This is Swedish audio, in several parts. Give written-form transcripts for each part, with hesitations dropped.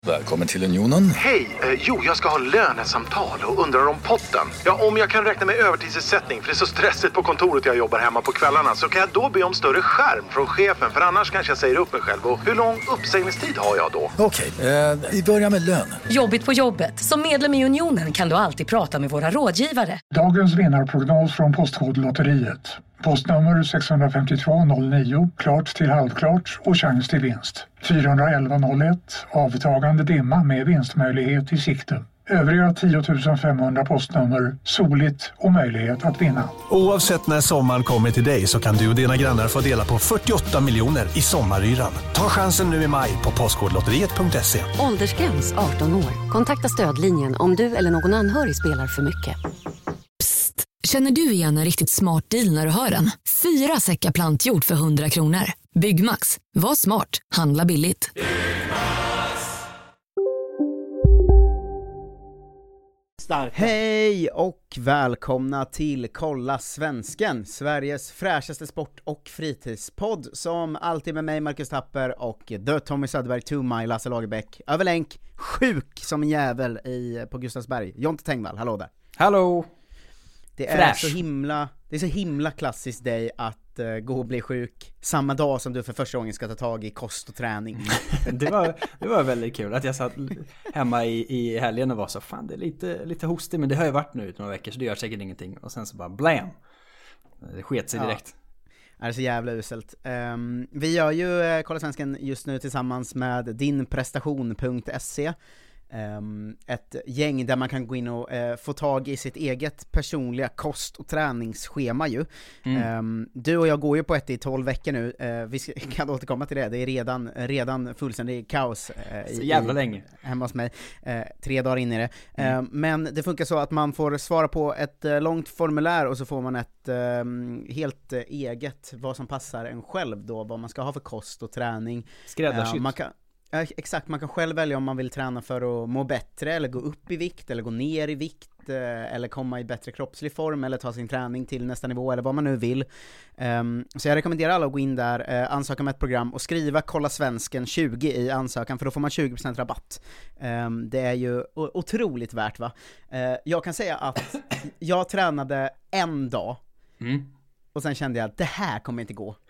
Välkommen till Unionen. Hej, jag ska ha lönesamtal och undrar om potten. Ja, om jag kan räkna med övertidsersättning för det är så stressigt på kontoret jag jobbar hemma på kvällarna, så kan jag då be om större skärm från chefen, för annars kanske jag säger upp mig själv. Och hur lång uppsägningstid har jag då? Okej, vi börjar med lön. Jobbigt på jobbet. Som medlem i Unionen kan du alltid prata med våra rådgivare. Dagens vinnarprognos från Postkodlotteriet. Postnummer 65209, klart till halvklart och chans till vinst. 41101, avtagande dimma med vinstmöjlighet i sikte. Övriga 10 500 postnummer, soligt och möjlighet att vinna. Oavsett när sommaren kommer till dig så kan du och dina grannar få dela på 48 miljoner i sommaryran. Ta chansen nu i maj på postkodlotteriet.se. Åldersgräns 18 år. Kontakta stödlinjen om du eller någon anhörig spelar för mycket. Psst! Känner du igen en riktigt smart deal när du hör den? 4 säckar plantjord för 100 kronor. Byggmax. Var smart. Handla billigt. Hej och välkomna till Kolla Svensken, Sveriges fräschaste sport- och fritidspodd, som alltid med mig Marcus Tapper och The Tommy Söderberg, to my Lasse Lagerbäck, överlänk, sjuk som en jävel på Gustavsberg. Jonte Tengvall, hallå där. Hallå. Det är så himla klassiskt dig att gå och bli sjuk samma dag som du för första gången ska ta tag i kost och träning. Det var väldigt kul att jag satt hemma i helgen och var så, fan det är lite hostig, men det har ju varit nu i några veckor så det gör säkert ingenting. Och sen så bara blam. Det sket sig direkt. Det är så jävla uselt. Vi gör ju Kolla Svensken just nu tillsammans med dinprestation.se. Ett gäng där man kan gå in och få tag i sitt eget personliga kost- och träningsschema ju. Du och jag går ju på ett i 12 veckor nu. Vi kan återkomma till det. Det är redan fullständigt kaos så jävla länge hemma hos mig. 3 dagar in i det. Men det funkar så att man får svara på ett långt formulär och så får man ett helt eget, vad som passar en själv då, vad man ska ha för kost och träning. Skräddarsytt. Exakt, man kan själv välja om man vill träna för att må bättre, eller gå upp i vikt, eller gå ner i vikt, eller komma i bättre kroppslig form, eller ta sin träning till nästa nivå, eller vad man nu vill. Så jag rekommenderar alla att gå in där, ansöka med ett program och skriva Kolla Svensken 20 i ansökan, för då får man 20% rabatt. Det är ju otroligt värt, va? Jag kan säga att jag tränade en dag och sen kände jag att det här kommer inte gå.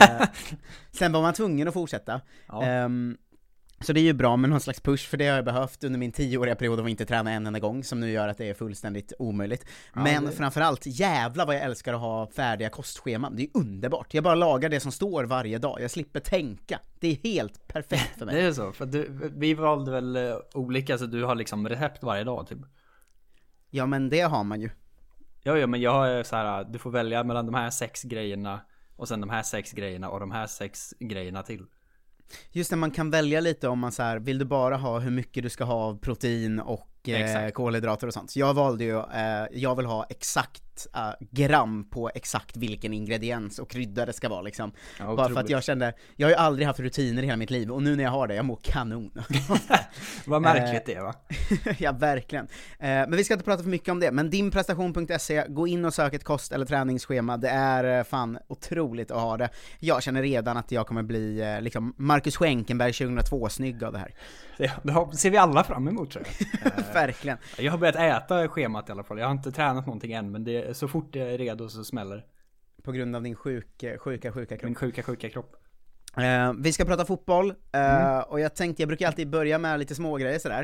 Sen var man tvungen att fortsätta. Ja. Så det är ju bra med någon slags push, för det har jag behövt under min 10-åriga period av att inte träna en enda gång, som nu gör att det är fullständigt omöjligt. Ja, men framförallt, jävla vad jag älskar att ha färdiga kostscheman. Det är underbart. Jag bara lagar det som står varje dag. Jag slipper tänka. Det är helt perfekt för mig. Det är så, för vi valde väl olika, så du har liksom recept varje dag typ. Ja, men det har man ju. Ja, men jag har så här, du får välja mellan de här 6 grejerna och sen de här 6 grejerna och de här 6 grejerna till. Just det, man kan välja lite om man så här, vill du bara ha hur mycket du ska ha av protein och kolhydrater och sånt. Så jag valde ju, jag vill ha exakt gram på exakt vilken ingrediens och krydda det ska vara liksom. Ja, bara för att jag kände, jag har ju aldrig haft rutiner i hela mitt liv, och nu när jag har det, jag mår kanon. Vad märkligt det är, va? Ja, verkligen. Men vi ska inte prata för mycket om det. Men dinprestation.se, gå in och sök ett kost- eller träningsschema. Det är fan otroligt att ha det. Jag känner redan att jag kommer bli liksom Marcus Schenkenberg 2002 snygg av det här. Det ser vi alla fram emot, tror jag. Verkligen. Jag har börjat äta schemat i alla fall. Jag har inte tränat någonting än, men det är så fort jag är redo så smäller. På grund av din sjuka kropp. Min sjuka kropp. Vi ska prata fotboll, och jag brukar alltid börja med lite smågrejer sådär.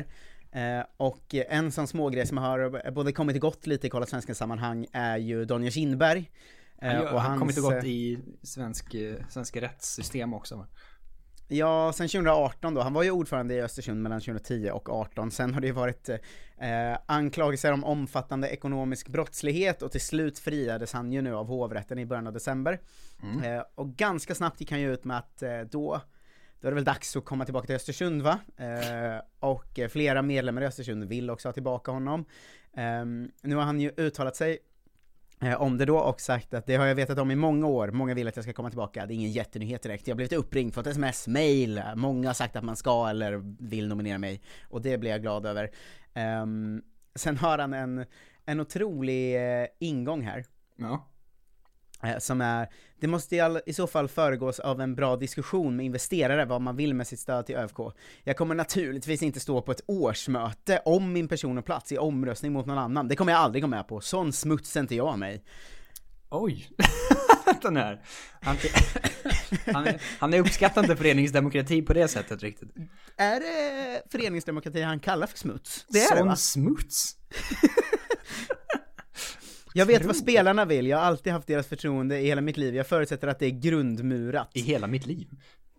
Och en sån smågrej som har både kommit och gått lite i Kolla Svenska sammanhang är ju Daniel Kindberg. Och han kommit och gått i svenska rättssystem också, va? Ja, sen 2018 då. Han var ju ordförande i Östersund mellan 2010 och 2018. Sen har det ju varit anklagelser om omfattande ekonomisk brottslighet, och till slut friades han ju nu av hovrätten i början av december. Och ganska snabbt gick han ju ut med att då är det väl dags att komma tillbaka till Östersund, va? Och flera medlemmar i Östersund vill också ha tillbaka honom. Nu har han ju uttalat sig om det då och sagt att det har jag vetat om i många år. Många vill att jag ska komma tillbaka. Det är ingen jättenyhet direkt. Jag har blivit uppringd, fått sms, mail. Många har sagt att man ska eller vill nominera mig, och det blir jag glad över. Sen har han en otrolig ingång här. Ja. Det måste i så fall föregås av en bra diskussion med investerare vad man vill med sitt stöd till ÖFK. Jag kommer naturligtvis inte stå på ett årsmöte om min person och plats i omröstning mot någon annan. Det kommer jag aldrig gå med på. Sån smuts inte jag mig. Oj, den här. Han är uppskattande föreningsdemokrati på det sättet riktigt. Är det föreningsdemokrati han kallar för smuts? Det är det, va? Smuts? Jag vet vad spelarna vill, jag har alltid haft deras förtroende i hela mitt liv. Jag förutsätter att det är grundmurat. I hela mitt liv?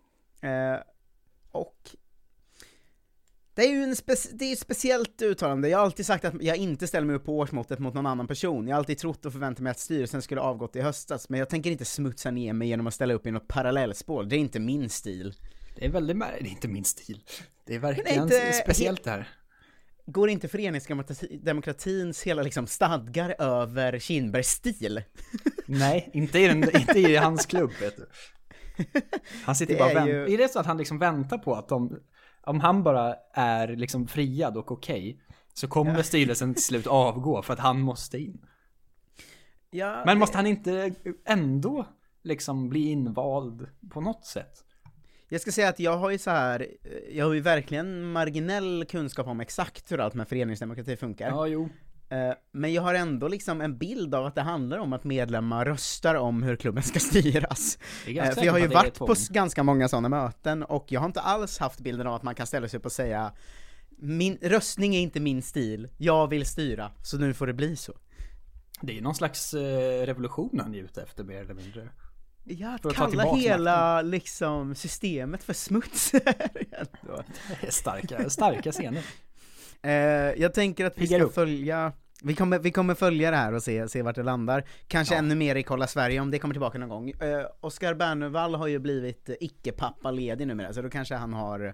Och det är ju det är ett speciellt uttalande. Jag har alltid sagt att jag inte ställer mig upp på årsmåttet mot någon annan person. Jag har alltid trott och förväntat mig att styrelsen skulle avgått i höstas. Men jag tänker inte smutsa ner mig genom att ställa upp i något parallellspår. Det är inte min stil. Det är väldigt det är inte min stil. Det är verkligen speciellt det här. Går inte föreningsdemokratins hela liksom stadgar över Kindbergs stil? Nej, inte i hans klubb, vet du. Han sitter bara och väntar. Är det så att han liksom väntar på att om han bara är liksom friad och okej, så kommer styrelsen till slut avgå för att han måste in? Ja, men måste han inte ändå liksom bli invald på något sätt? Jag ska säga att jag har ju verkligen marginell kunskap om exakt hur allt med föreningsdemokrati funkar. Ja, jo. Men jag har ändå liksom en bild av att det handlar om att medlemmar röstar om hur klubben ska styras. För jag har ju varit på ganska många sådana möten, och jag har inte alls haft bilden av att man kan ställa sig upp och säga röstning är inte min stil, jag vill styra, så nu får det bli så. Det är någon slags revolution han är ute efter, mer eller mindre. Ja, att kalla hela liksom systemet för smuts. starka scener. Jag tänker att vi ska följa. Vi kommer följa det här och se vart det landar. Kanske ännu mer i Kolla Sverige om det kommer tillbaka någon gång. Oskar Bernevall har ju blivit icke-pappa-ledig numera, så då kanske han har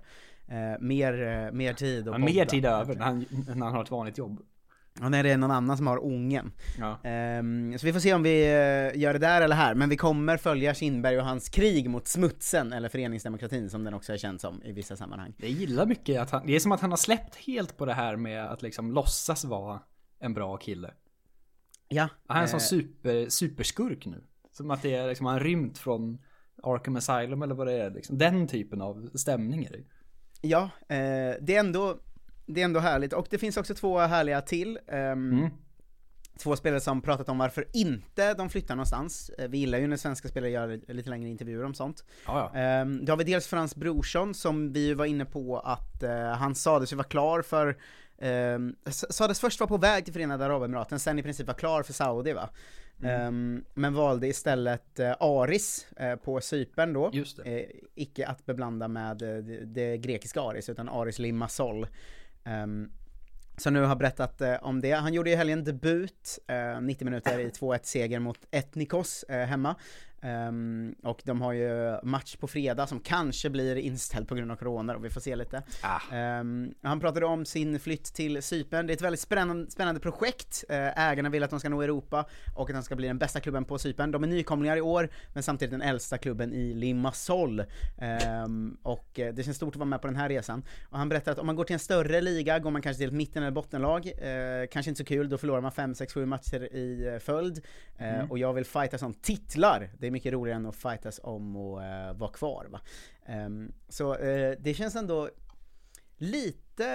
mer tid att mer tid över när han har ett vanligt jobb. Och när det är någon annan som har ungen. Ja. Så vi får se om vi gör det där eller här. Men vi kommer följa Kindberg och hans krig mot smutsen, eller föreningsdemokratin som den också är känd som i vissa sammanhang. Jag gillar mycket att det är som att han har släppt helt på det här med att liksom låtsas vara en bra kille. Ja. Han är en sån superskurk nu. Som att det är liksom, han rymt från Arkham Asylum eller vad det är. Liksom. Den typen av stämning är det. Ja, det är ändå härligt. Och det finns också två härliga till. Två spelare som pratat om varför inte de flyttar någonstans. Vi gillar ju när svenska spelare gör lite längre intervjuer om sånt. Ja. Då har vi dels Frans Brorsson, som vi var inne på att han sades ju vara klar för sades först var på väg till Förenade Arabemiraten, sen i princip var klar för Saudi, va? Men valde istället Aris på Cypern då. Just det. Icke att beblanda med det grekiska Aris, utan Aris Limassol. Så nu har berättat om det. Han gjorde ju helgen debut, 90 minuter i 2-1 seger mot Ethnikos hemma. Och de har ju match på fredag som kanske blir inställd på grund av corona, och vi får se lite. Han pratade om sin flytt till Cypern. Det är ett väldigt spännande projekt. Ägarna vill att de ska nå Europa och att de ska bli den bästa klubben på Cypern. De är nykomlingar i år, men samtidigt den äldsta klubben i Limassol. Och det känns stort att vara med på den här resan. Och han berättar att om man går till en större liga går man kanske till ett mitten- eller bottenlag. Kanske inte så kul, då förlorar man 5, 6, 7 matcher i följd. Och jag vill fightas om titlar. Det är mycket roligare än att fightas om att vara kvar, va? Så det känns ändå lite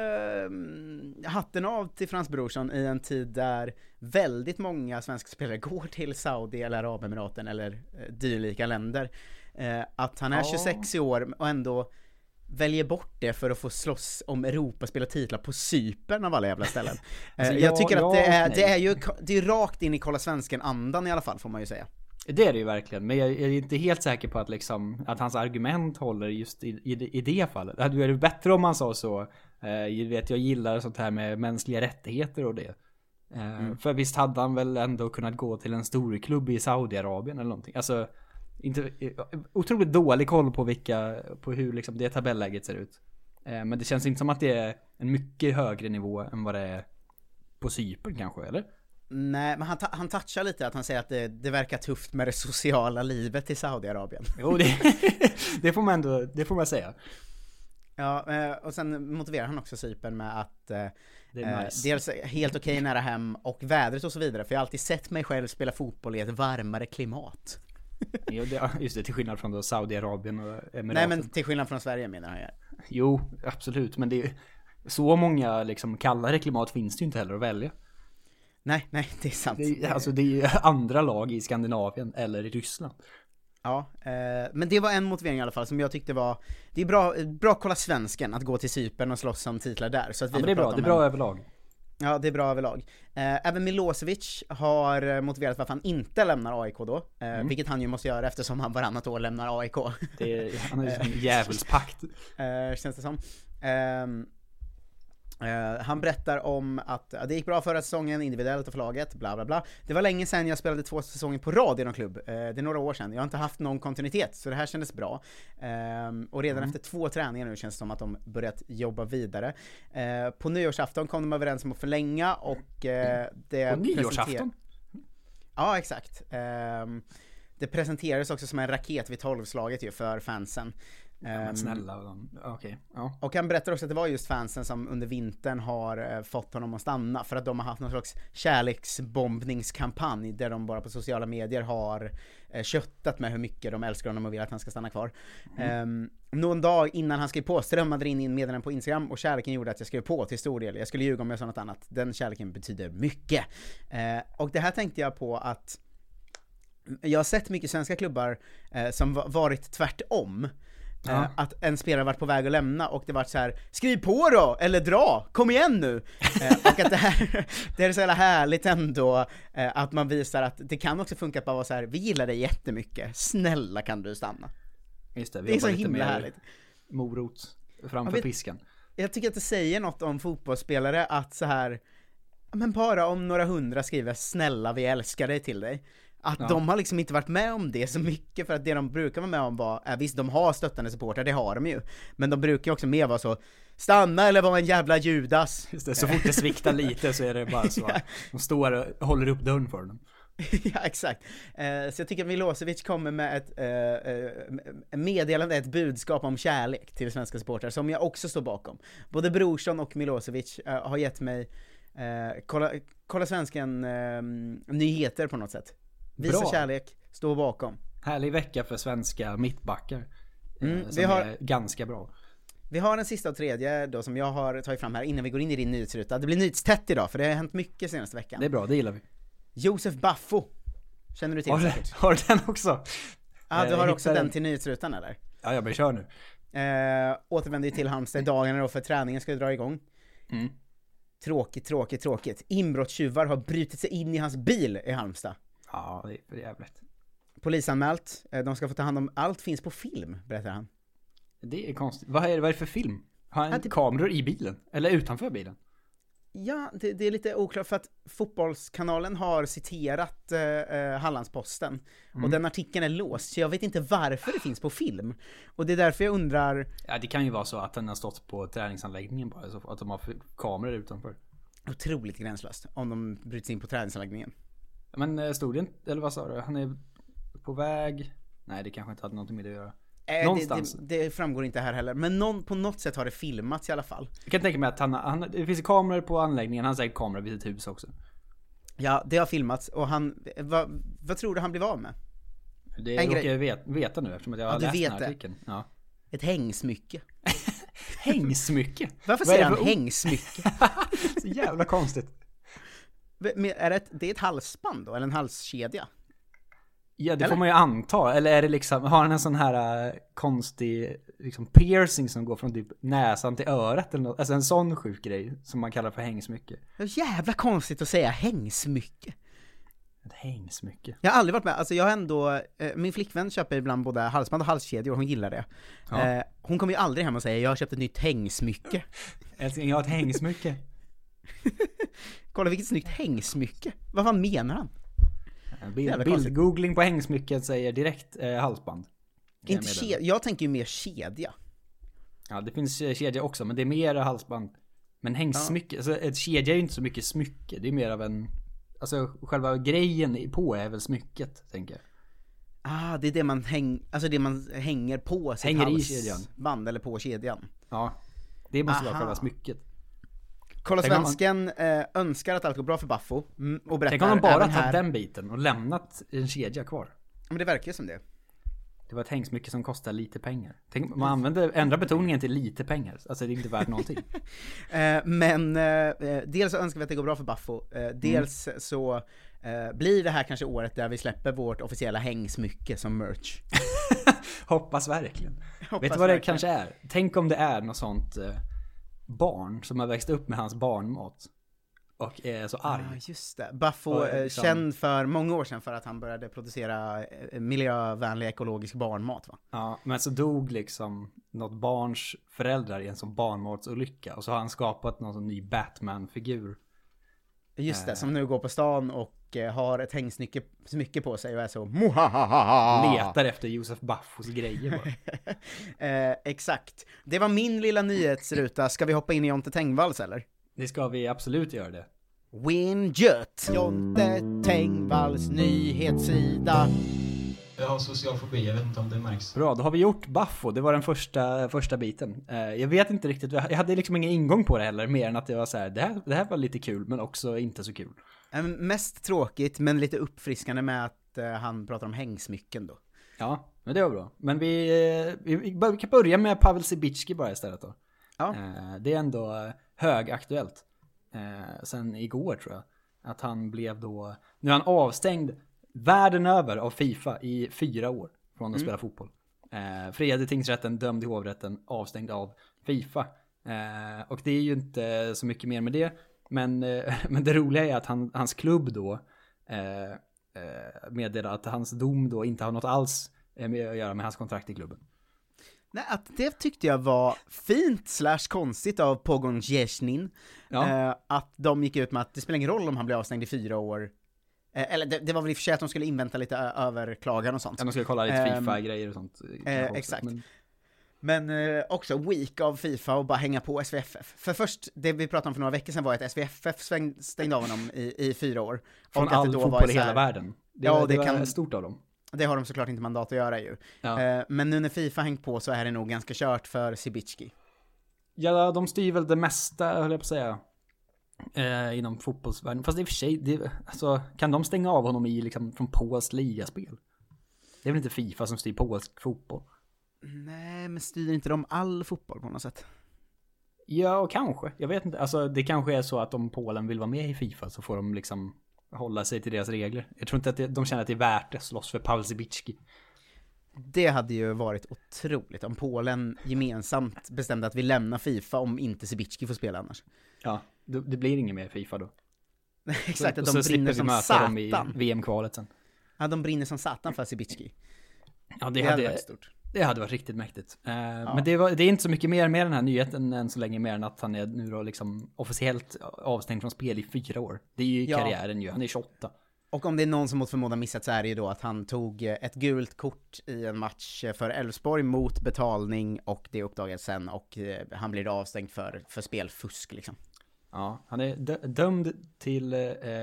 hatten av till Frans Brorsson i en tid där väldigt många svenska spelare går till Saudi eller Arabemiraten eller dylika länder. Att han är 26 i år och ändå väljer bort det för att få slåss om Europaspel och titlar på Cypern av alla jävla ställen. Jag tycker att det är rakt in i Kolla Svensken-andan i alla fall, får man ju säga. Det är det ju verkligen, men jag är inte helt säker på att, liksom, att hans argument håller just i det fallet. Det hade varit bättre om man sa så. Jag gillar sånt här med mänskliga rättigheter och det. För visst hade han väl ändå kunnat gå till en stor klubb i Saudiarabien eller någonting. Alltså, inte, otroligt dålig koll på hur liksom det tabelläget ser ut. Men det känns inte som att det är en mycket högre nivå än vad det är på Cypern kanske, eller? Nej, men han touchar lite att han säger att det verkar tufft med det sociala livet i Saudiarabien. Jo, det får man säga. Ja, och sen motiverar han också Cypern med att Det är nice. dels helt okej nära hem och vädret och så vidare. För jag har alltid sett mig själv spela fotboll i ett varmare klimat. Just det, till skillnad från då Saudiarabien och Emiraten. Nej, men till skillnad från Sverige menar han. Jo, absolut, men det är så många liksom kallare klimat finns det ju inte heller att välja. Nej, det är sant. Det är ju andra lag i Skandinavien eller i Ryssland. Ja, men det var en motivering i alla fall som jag tyckte var, det är bra kolla svensken att gå till Cypern och slåss om titlar där. Så att vi men det är bra överlag. Ja, det är bra överlag. Även Milosevic har motiverat varför han inte lämnar AIK då, vilket han ju måste göra eftersom han varannat år lämnar AIK. Han är ju en djävulspakt. Känns det som. Han berättar om att det gick bra förra säsongen individuellt och för laget, bla bla bla. Det var länge sedan jag spelade 2 säsonger på rad i någon klubb. Det är några år sedan. Jag har inte haft någon kontinuitet, så det här kändes bra. Och redan efter 2 träningar nu känns det som att de börjat jobba vidare. På nyårsafton kom de överens om att förlänga och det på nyårsafton? Ja, exakt. Det presenterades också som en raket vid 12-slaget ju för fansen. Men snälla, okej. Ja. Och han berättar också att det var just fansen som under vintern har fått honom att stanna, för att de har haft någon slags kärleksbombningskampanj där de bara på sociala medier har köttat med hur mycket de älskar honom och vill att han ska stanna kvar. Någon dag innan han skrev på strömmade in meddelanden på Instagram, och kärleken gjorde att jag skrev på till stor del. Jag skulle ljuga om jag sa något annat. Den kärleken betyder mycket. Och det här tänkte jag på att jag har sett mycket svenska klubbar som varit tvärtom. Att en spelare varit på väg att lämna och det varit så här: skriv på då, eller dra, kom igen nu. Och att det är så jävla härligt ändå, att man visar att det kan också funka att bara vara så här: vi gillar dig jättemycket, snälla kan du stanna. Just det, det är så himla härligt. Morot framför piskan. Jag tycker att det säger något om fotbollsspelare att så här, men bara om några 100 skriver snälla vi älskar dig till dig. Att de har liksom inte varit med om det så mycket, för att det de brukar vara med om var, visst de har stöttande supportrar, det har de ju, men de brukar ju också med vara så: stanna eller vara en jävla Judas. Just det, så fort det sviktar lite så är det bara så att de står och håller upp dörren för dem. Ja, exakt. Så jag tycker att Milosevic kommer med ett meddelande, ett budskap om kärlek till svenska supportrar som jag också står bakom. Både Brorsson och Milosevic har gett mig kolla svensken nyheter på något sätt. Visa bra. Kärlek, stå bakom. Härlig vecka för svenska mittbackar. Som vi har, är ganska bra. Vi har den sista och tredje då som jag har tagit fram här innan vi går in i din nyhetsruta. Det blir nyhetstätt idag för det har hänt mycket senaste veckan. Det är bra, det gillar vi. Josef Baffo. Känner du till säkert? Har du den också? Ja, du har också den till nyhetsrutan eller? Ja, jag kör nu. Återvänder ju till Halmstad i dagarna då för träningen ska dra igång. Tråkigt. Inbrottstjuvar har brutit sig in i hans bil i Halmstad. Ja, det är för jävligt. Polisanmält. De ska få ta hand om allt finns på film, berättar han. Det är konstigt. Vad är det för film? Har han kameror i bilen? Eller utanför bilen? Ja, det är lite oklart för att Fotbollskanalen har citerat Hallandsposten. Och den artikeln är låst, så jag vet inte varför det finns på film. Och det är därför jag undrar... Ja, det kan ju vara så att den har stått på träningsanläggningen bara, så att de har kameror utanför. Otroligt gränslöst om de bryts in på träningsanläggningen. Men stod det, eller vad sa du? Han är på väg... Nej, det kanske inte hade något med det att göra. Någonstans. Det framgår inte här heller. Men på något sätt har det filmats i alla fall. Jag kan tänka mig att det finns kameror på anläggningen. Han har säkert kameror vid sitt hus också. Ja, det har filmats. Och vad tror du han blev av med? Det råkar jag veta nu eftersom jag har läst den här artikeln. Ja. Ett hängsmycke. Hängsmycke? Varför säger han hängsmycke? Så jävla konstigt. Det är ett halsband då? Eller en halskedja? Ja, det får man ju anta. Eller är det liksom, har han en sån här konstig liksom piercing som går från typ näsan till örat eller något? Alltså en sån sjuk grej som man kallar för hängsmycke. Det är jävla konstigt att säga hängsmycke. Ett hängsmycke. Jag har aldrig varit med. Alltså jag har ändå, min flickvän köper ibland både halsband och halskedjor och hon gillar det. Ja. Hon kommer ju aldrig hem och säger jag har köpt ett nytt hängsmycke. Älskling, jag har ett hängsmycke. Kolla vilket snyggt hängsmycke. Vad fan menar han? Bildgoogling på hängsmycket säger direkt halsband. Jag tänker ju mer kedja. Ja, det finns kedja också, men det är mer halsband. Men hängsmycke, alltså ett kedja är ju inte så mycket smycke. Det är mer av en... Alltså själva grejen på är väl smycket, tänker jag. Det är det man det man hänger på sitt Hänger i kedjan. band eller på kedjan. Ja, det måste vara själva smycket. Kolla svensken önskar att allt går bra för Baffo och berättar. Tänk om de bara tagit den biten och lämnat en kedja kvar. Men det verkar ju som det. Det var ett hängsmycke som kostar lite pengar. Tänk, man ändrar betoningen till lite pengar. Alltså det är inte värt någonting. Men dels så önskar vi att det går bra för Baffo. Dels så blir det här kanske året där vi släpper vårt officiella hängsmycke som merch. Hoppas verkligen. Vet du vad det kanske är? Tänk om det är något sånt barn som har växt upp med hans barnmat. Och är så arg. Just det. Baffo känd för många år sedan för att han började producera miljövänlig ekologisk barnmat, va? Ja, men så dog liksom något barns föräldrar i en sån barnmatsolycka. Och så har han skapat någon sån ny Batman-figur. Just det, som nu går på stan och har ett hängsmycke på sig och är så letar efter Josef Baffos grejer bara. Exakt. Det var min lilla nyhetsruta. Ska vi hoppa in i Jonte Tengvalls eller? Det ska vi absolut göra det. Winjut, Jonte Tengvalls nyhetssida. Jag har social fobi, jag vet inte om det märks. Bra, då har vi gjort Baffo. Det var den första biten. Jag vet inte riktigt, jag hade liksom ingen ingång på det heller. Mer än att det var så här, det här var lite kul men också inte så kul. Mest tråkigt men lite uppfriskande med att han pratar om hängsmycken då. Ja, men det var bra. Men vi kan börja med Pavel Sibicki bara istället då. Ja. Det är ändå högaktuellt. Sen igår tror jag. Att han blev då... Nu är han avstängd världen över av FIFA i 4 år från att spela fotboll. Friad i tingsrätten, dömd i hovrätten, avstängd av FIFA. Och det är ju inte så mycket mer med det. Men det roliga är att hans klubb då meddelar att hans dom då inte har något alls med att göra med hans kontrakt i klubben. Nej, att det tyckte jag var fint / konstigt av Pogon Zjezjnin. Att de gick ut med att det spelar ingen roll om han blir avstängd i 4 år. Eller det var väl i och för sig att de skulle invänta lite överklagan och sånt. Ja, de skulle kolla lite FIFA-grejer och sånt. Exakt. Men också weak av FIFA och bara hänga på SVFF. För först, det vi pratade om för några veckor sedan var att SVFF stängde av honom i 4 år. Från all fotboll i hela världen. Det var stort av dem. Det har de såklart inte mandat att göra ju. Ja. Men nu när FIFA hängt på så är det nog ganska kört för Sibicki. Ja, de styr väl det mesta, höll jag på att säga. Inom fotbollsvärlden. Fast i och för sig, alltså, kan de stänga av honom från Pols ligaspel? Det är väl inte FIFA som styr polsk fotboll? Nej, men styr inte de all fotboll på något sätt? Ja, kanske. Jag vet inte. Alltså, det kanske är så att om Polen vill vara med i FIFA så får de liksom hålla sig till deras regler. Jag tror inte att de känner att det är värt att slåss för Pavel Sibicki. Det hade ju varit otroligt om Polen gemensamt bestämde att vi lämnar FIFA om inte Sibicki får spela annars. Ja, det blir ingen mer FIFA då. Exakt, att de brinner som satan i VM-kvalet sen. Ja, de brinner som satan för Sibicki. Ja, det hade varit stort. Det hade varit riktigt mäktigt. Men det är inte så mycket mer med den här nyheten än så länge, mer än att han är nu då liksom officiellt avstängd från spel i 4 år. Det är ju karriären ju, han är 28. Och om det är någon som mot förmodan missat så är det ju då att han tog ett gult kort i en match för Elfsborg mot betalning och det uppdagades sen och han blir avstängd för spelfusk liksom. Ja, han är dömd till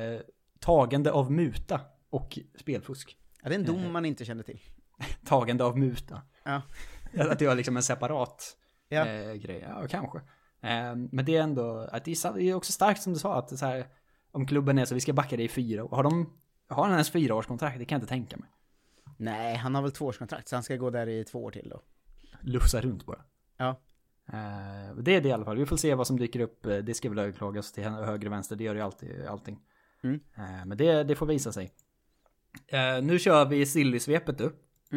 tagande av muta och spelfusk. Ja, det är en dom man inte kände till. Tagande av muta. Ja. Att det var liksom en separat grej. Ja, kanske. Men det är ändå, att det är också starkt som du sa, att så här, om klubben är så, vi ska backa det i 4 år. Har han ens 4-årskontrakt? Det kan jag inte tänka mig. Nej, han har väl 2-årskontrakt, så han ska gå där i 2 år till då. Lufsa runt bara. Ja. Det är det i alla fall. Vi får se vad som dyker upp. Det ska väl överklagas till höger och vänster. Det gör ju alltid allting. Men det får visa sig. Nu kör vi Silly-svepet du.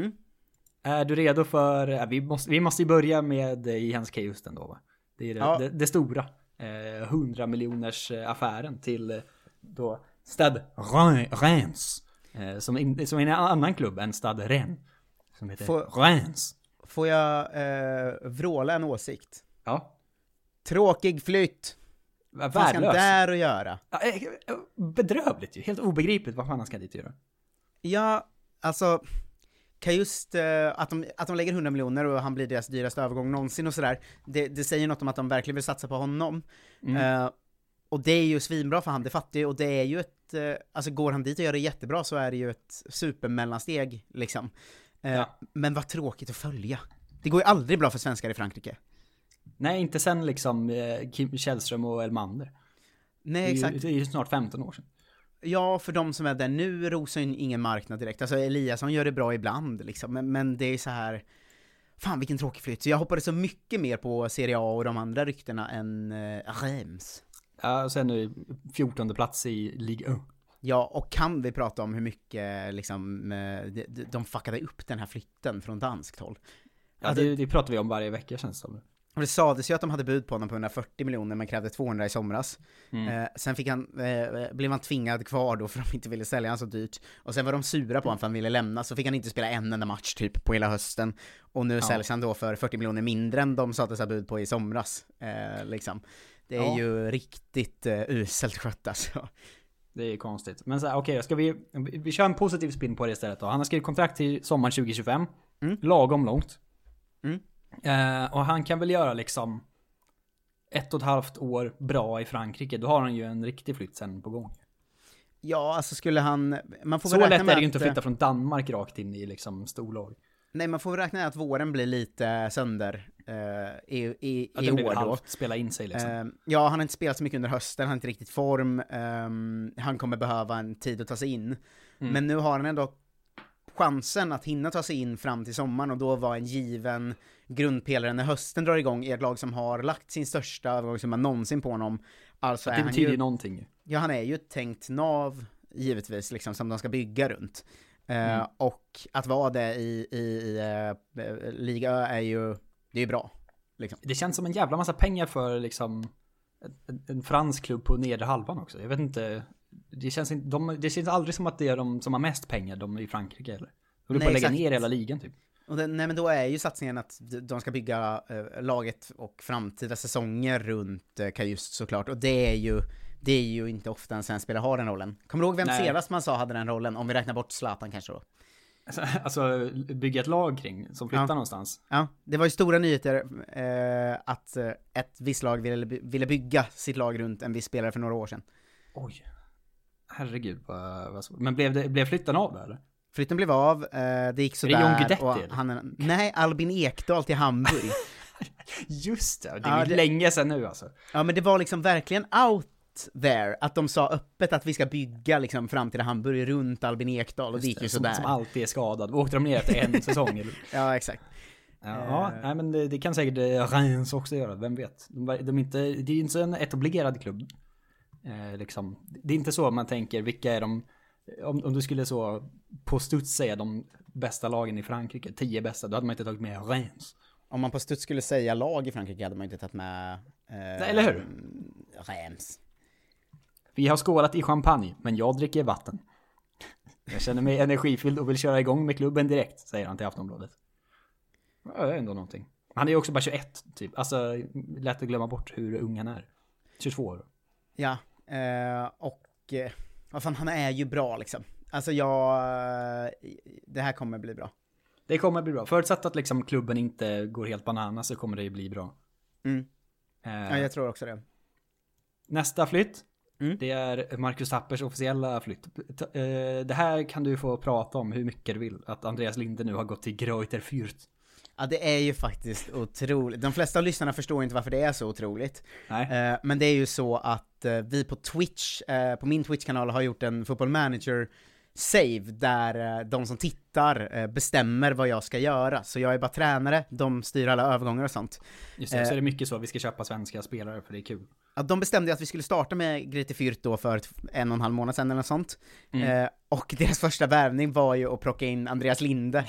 Är du redo för... Vi måste ju börja med Jens Kejusten då, va? Det är det stora. 100 miljoners affären till då Stade Reims. Som är en annan klubb än Stade Rennes. Som heter Reims. Får jag vråla en åsikt? Ja. Tråkig flytt. Vad fan ska han där att göra? Bedrövligt ju. Helt obegripligt vad fan han ska dit göra. Ja, alltså... Kan just att de lägger 100 miljoner och han blir deras dyraste övergång någonsin och sådär. Det säger något om att de verkligen vill satsa på honom. Och det är ju svinbra för han, det fattar ju, och det är ju ett, alltså går han dit och gör det jättebra så är det ju ett supermellansteg liksom. Men vad tråkigt att följa. Det går ju aldrig bra för svenskar i Frankrike. Nej, inte sen liksom Kim Källström och Elmander. Nej, exakt. Det är ju snart 15 år sedan. Ja, för de som är där nu rosar ju ingen marknad direkt. Alltså Eliasson gör det bra ibland liksom, men det är så här. Fan vilken tråkig flytt. Så jag hoppades så mycket mer på Serie A och de andra ryktena än Reims. Ja, och sen nu 14:e plats i Ligue 1. Ja, och kan vi prata om hur mycket liksom, de fuckade upp den här flytten från danskt håll? Ja, alltså, det pratar vi om varje vecka känns det som. Och det sades ju att de hade bud på honom på 140 miljoner men krävde 200 i somras. Sen blev han tvingad kvar då för att de inte ville sälja han så dyrt. Och sen var de sura på honom för att han ville lämna, så fick han inte spela en enda match typ på hela hösten. Och nu säljs han då för 40 miljoner mindre än de satte sig bud på i somras. Liksom. Det är ju riktigt uselt skött alltså. Det är konstigt. Men så här, okej, ska vi kör en positiv spin på det istället då. Han har skrivit kontrakt till sommaren 2025. Lagom långt. Och han kan väl göra liksom 1,5 år bra i Frankrike. Då har han ju en riktig flytt sen på gång. Ja, alltså skulle han... Man får så väl lätt är det ju att, inte att flytta från Danmark rakt in i liksom storlag. Nej, man får väl räkna med att våren blir lite sönder i att det år blir då. Spela in sig liksom. Ja, han har inte spelat så mycket under hösten, han har inte riktigt form. Han kommer behöva en tid att ta sig in. Men nu har han ändå chansen att hinna ta sig in fram till sommaren och då var en given grundpelare när hösten drar igång i ett lag som har lagt sin största övergångssumma någonsin på honom. Alltså det betyder ju någonting. Ja, han är ju ett tänkt nav givetvis liksom, som de ska bygga runt. Och att vara det i Liga Ö är ju, det är bra liksom. Det känns som en jävla massa pengar för liksom en fransk klubb på nedre halvan också. Jag vet inte, det känns aldrig som att det är de som har mest pengar, de i Frankrike eller. De får lägga ner hela ligan typ. Och nej, men då är ju satsningen att de ska bygga laget och framtida säsonger runt Kajust såklart. Och det är ju inte ofta en svensk spelare har den rollen. Kommer du ihåg vem senast man sa hade den rollen? Om vi räknar bort Zlatan kanske då. Alltså bygga ett lag kring som flyttar någonstans. Ja, det var ju stora nyheter att ett visst lag ville bygga sitt lag runt en viss spelare för några år sedan. Oj. Herregud, vad svårt. Men blev flytten av eller? Flytten blev av, det gick sådär. Är det John Guidetti? Nej, Albin Ekdal till Hamburg. Just det är länge sedan nu alltså. Ja, men det var liksom verkligen out there att de sa öppet att vi ska bygga liksom framtida Hamburg runt Albin Ekdal och det gick ju sådär. Som alltid är skadad. Åkte de ner efter en säsong eller? Ja, exakt. Ja, nej men det kan säkert Reims också göra, vem vet. Det är ju inte en etablerad klubb. Liksom. Det är inte så man tänker, vilka är de, om du skulle så på studs säga de bästa lagen i Frankrike, 10 bästa, då hade man inte tagit med Reims. Om man på studs skulle säga lag i Frankrike hade man inte tagit med nej, eller hur? Reims. Vi har skålat i champagne, men jag dricker vatten. Jag känner mig energifylld och vill köra igång med klubben direkt, säger han till Aftonbladet. Ja, det är ändå någonting. Han är ju också bara 21 typ. Alltså, lätt att glömma bort hur ung han är. 22 år. Ja, och vad fan, han är ju bra liksom. Alltså det här kommer bli bra. Det kommer bli bra. Förutsatt att liksom klubben inte går helt banana så kommer det ju bli bra. Ja, jag tror också det. Nästa flytt, det är Marcus Tappers officiella flytt. Det här kan du få prata om hur mycket du vill. Att Andreas Linde nu har gått till Greuther Fürth. Ja, det är ju faktiskt otroligt. De flesta av lyssnarna förstår inte varför det är så otroligt. Nej. Men det är ju så att vi på Twitch, på min Twitch-kanal har gjort en Football Manager save där de som tittar bestämmer vad jag ska göra. Så jag är bara tränare, de styr alla övergångar och sånt. Just det, så är det mycket så, vi ska köpa svenska spelare för det är kul. Ja, de bestämde att vi skulle starta med Greuther Fürth då för 1,5 månad sedan eller något sånt. Och deras första värvning var ju att plocka in Andreas Linde.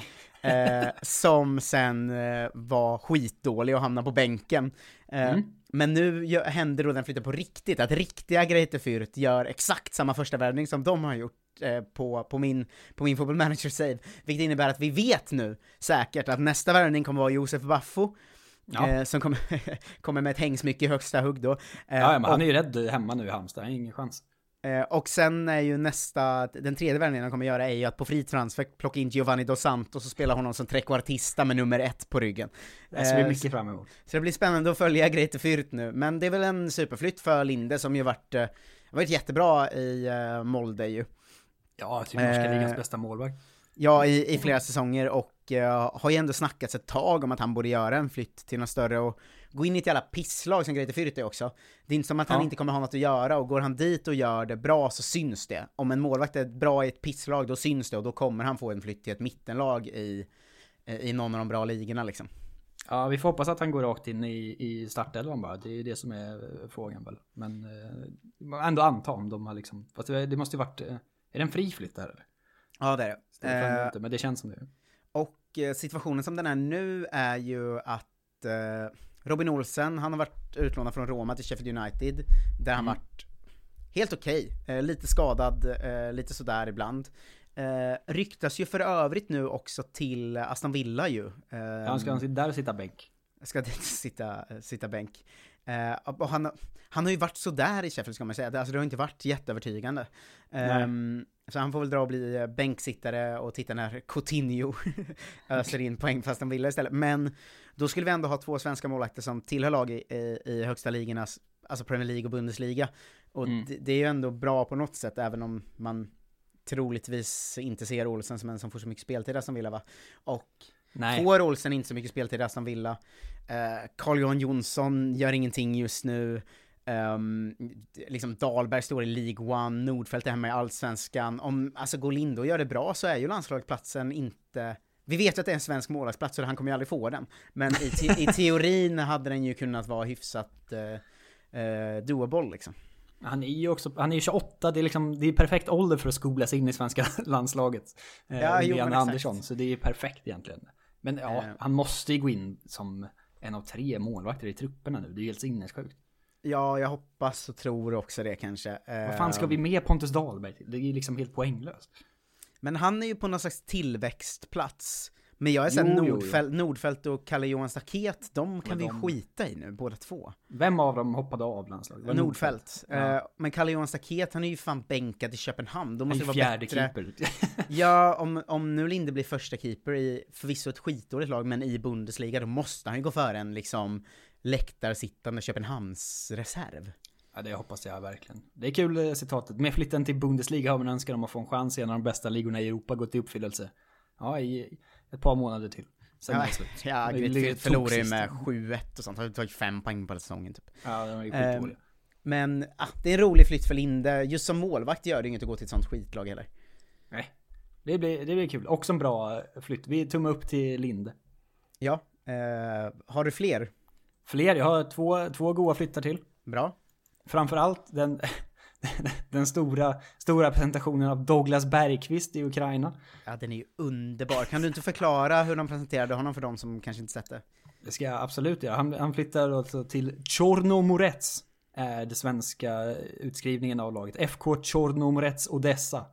Som sen var skitdålig och hamnade på bänken. Men nu händer då den flytten på riktigt. Att riktiga Greuther Fürth gör exakt samma första värvning som de har gjort på min Football Manager save. Vilket innebär att vi vet nu säkert att nästa värvning kommer vara Josef Baffo. Som kommer med ett hängsmycke i högsta hugg då. Ja, men han är ju rädd hemma nu i Halmstad, ingen chans. Och sen är ju den tredje värvningen han kommer göra är ju att på fri transfer plocka in Giovanni Dos Santos och spela honom som trequartista med nummer 1 på ryggen. Det ser vi mycket fram emot. Så det blir spännande att följa Greuther Fürth nu, men det är väl en superflytt för Linde som ju varit jättebra i Molde ju. Ja, typ norska ligans bästa målvakt. Ja, i flera säsonger, och har ju ändå snackats ett tag om att han borde göra en flytt till något större och gå in i ett jävla pisslag som Greuther Fürth är också. Det är inte som att han inte kommer ha något att göra, och går han dit och gör det bra så syns det. Om en målvakt är bra i ett pisslag, då syns det, och då kommer han få en flytt till ett mittenlag i någon av de bra ligorna liksom. Ja, vi får hoppas att han går rakt in i startelvan bara. Det är det som är frågan väl. Men ändå anta om de har liksom... Fast det måste ju varit... Är det en fri flytt där eller? Ja, det är det. Men det känns som det. Och situationen som den är nu är ju att Robin Olsen, han har varit utlånad från Roma till Sheffield United, där han varit helt okej. Lite skadad, lite sådär ibland. Ryktas ju för övrigt nu också till Aston Villa ju. Han ska där sitta bänk. Ska sitta bänk. Och han har ju varit så där i Sheffield, ska man säga. Alltså det har inte varit jätteövertygande. Så han får väl dra och bli bänksittare och titta när Coutinho öser in poäng fast han vill istället. Men då skulle vi ändå ha 2 svenska målvakter som tillhör lag i högsta ligornas, alltså Premier League och Bundesliga. Och det är ju ändå bra på något sätt, även om man troligtvis inte ser Olsen som en som får så mycket speltid som Villa, va? Och får Olsen inte så mycket speltid som Villa. Carl-Johan Jonsson gör ingenting just nu. Liksom Dahlberg står i League 1, Nordfeldt är hemma i Allsvenskan. Om alltså går Linde och gör det bra så är ju landslagsplatsen inte... Vi vet att det är en svensk målvaktsplats, så han kommer ju aldrig få den. Men i teorin hade den ju kunnat vara hyfsat doable liksom. Han är ju 28, det är perfekt ålder för att skola sig in i svenska landslaget. Jan Andersson, så det är perfekt egentligen. Men han måste ju gå in som en av 3 målvakter i trupperna nu. Det är ju helt sinnessjukt. Ja, jag hoppas och tror också det kanske. Vad fan ska vi med Pontus Dahlberg till? Det är ju liksom helt poänglöst. Men han är ju på någon slags tillväxtplats. Men jag är såhär, Nordfeldt och Kalle Johan Staket, de kan vi skita i nu, båda 2. Vem av dem hoppade av landslaget? Nordfeldt. Men Kalle Johan Staket, han är ju fan bänkad i Köpenhamn. Då måste det vara fjärde bättre. Keeper. Ja, om nu Linde blir första keeper i förvisso ett skitdåligt lag, men i Bundesliga, då måste han ju gå före en liksom läktarsittande Köpenhamns reserv. Ja, det hoppas jag verkligen. Det är kul citatet. Med flytten till Bundesliga har man önskat om att få en chans i en av de bästa ligorna i Europa gått i uppfyllelse. Ja, i ett par månader till. Sen Greuther förlorar ju med 7-1 och sånt. Har tagit 5 poäng på säsongen typ. Ja, det var ju skitdåligt. Men det är en rolig flytt för Linde. Just som målvakt gör det inget att gå till ett sånt skitlag heller. Nej, det blir kul. Också en bra flytt. Vi tummar upp till Linde. Ja, har du fler? Fler, jag har två goda flyttar till. Bra. Framförallt den stora presentationen av Douglas Bergqvist i Ukraina. Ja, den är ju underbar. Kan du inte förklara hur de presenterade honom för de som kanske inte sett det? Det ska jag absolut göra. Han flyttar alltså till Chornomorets, det svenska utskrivningen av laget. FK Chornomorets Odessa.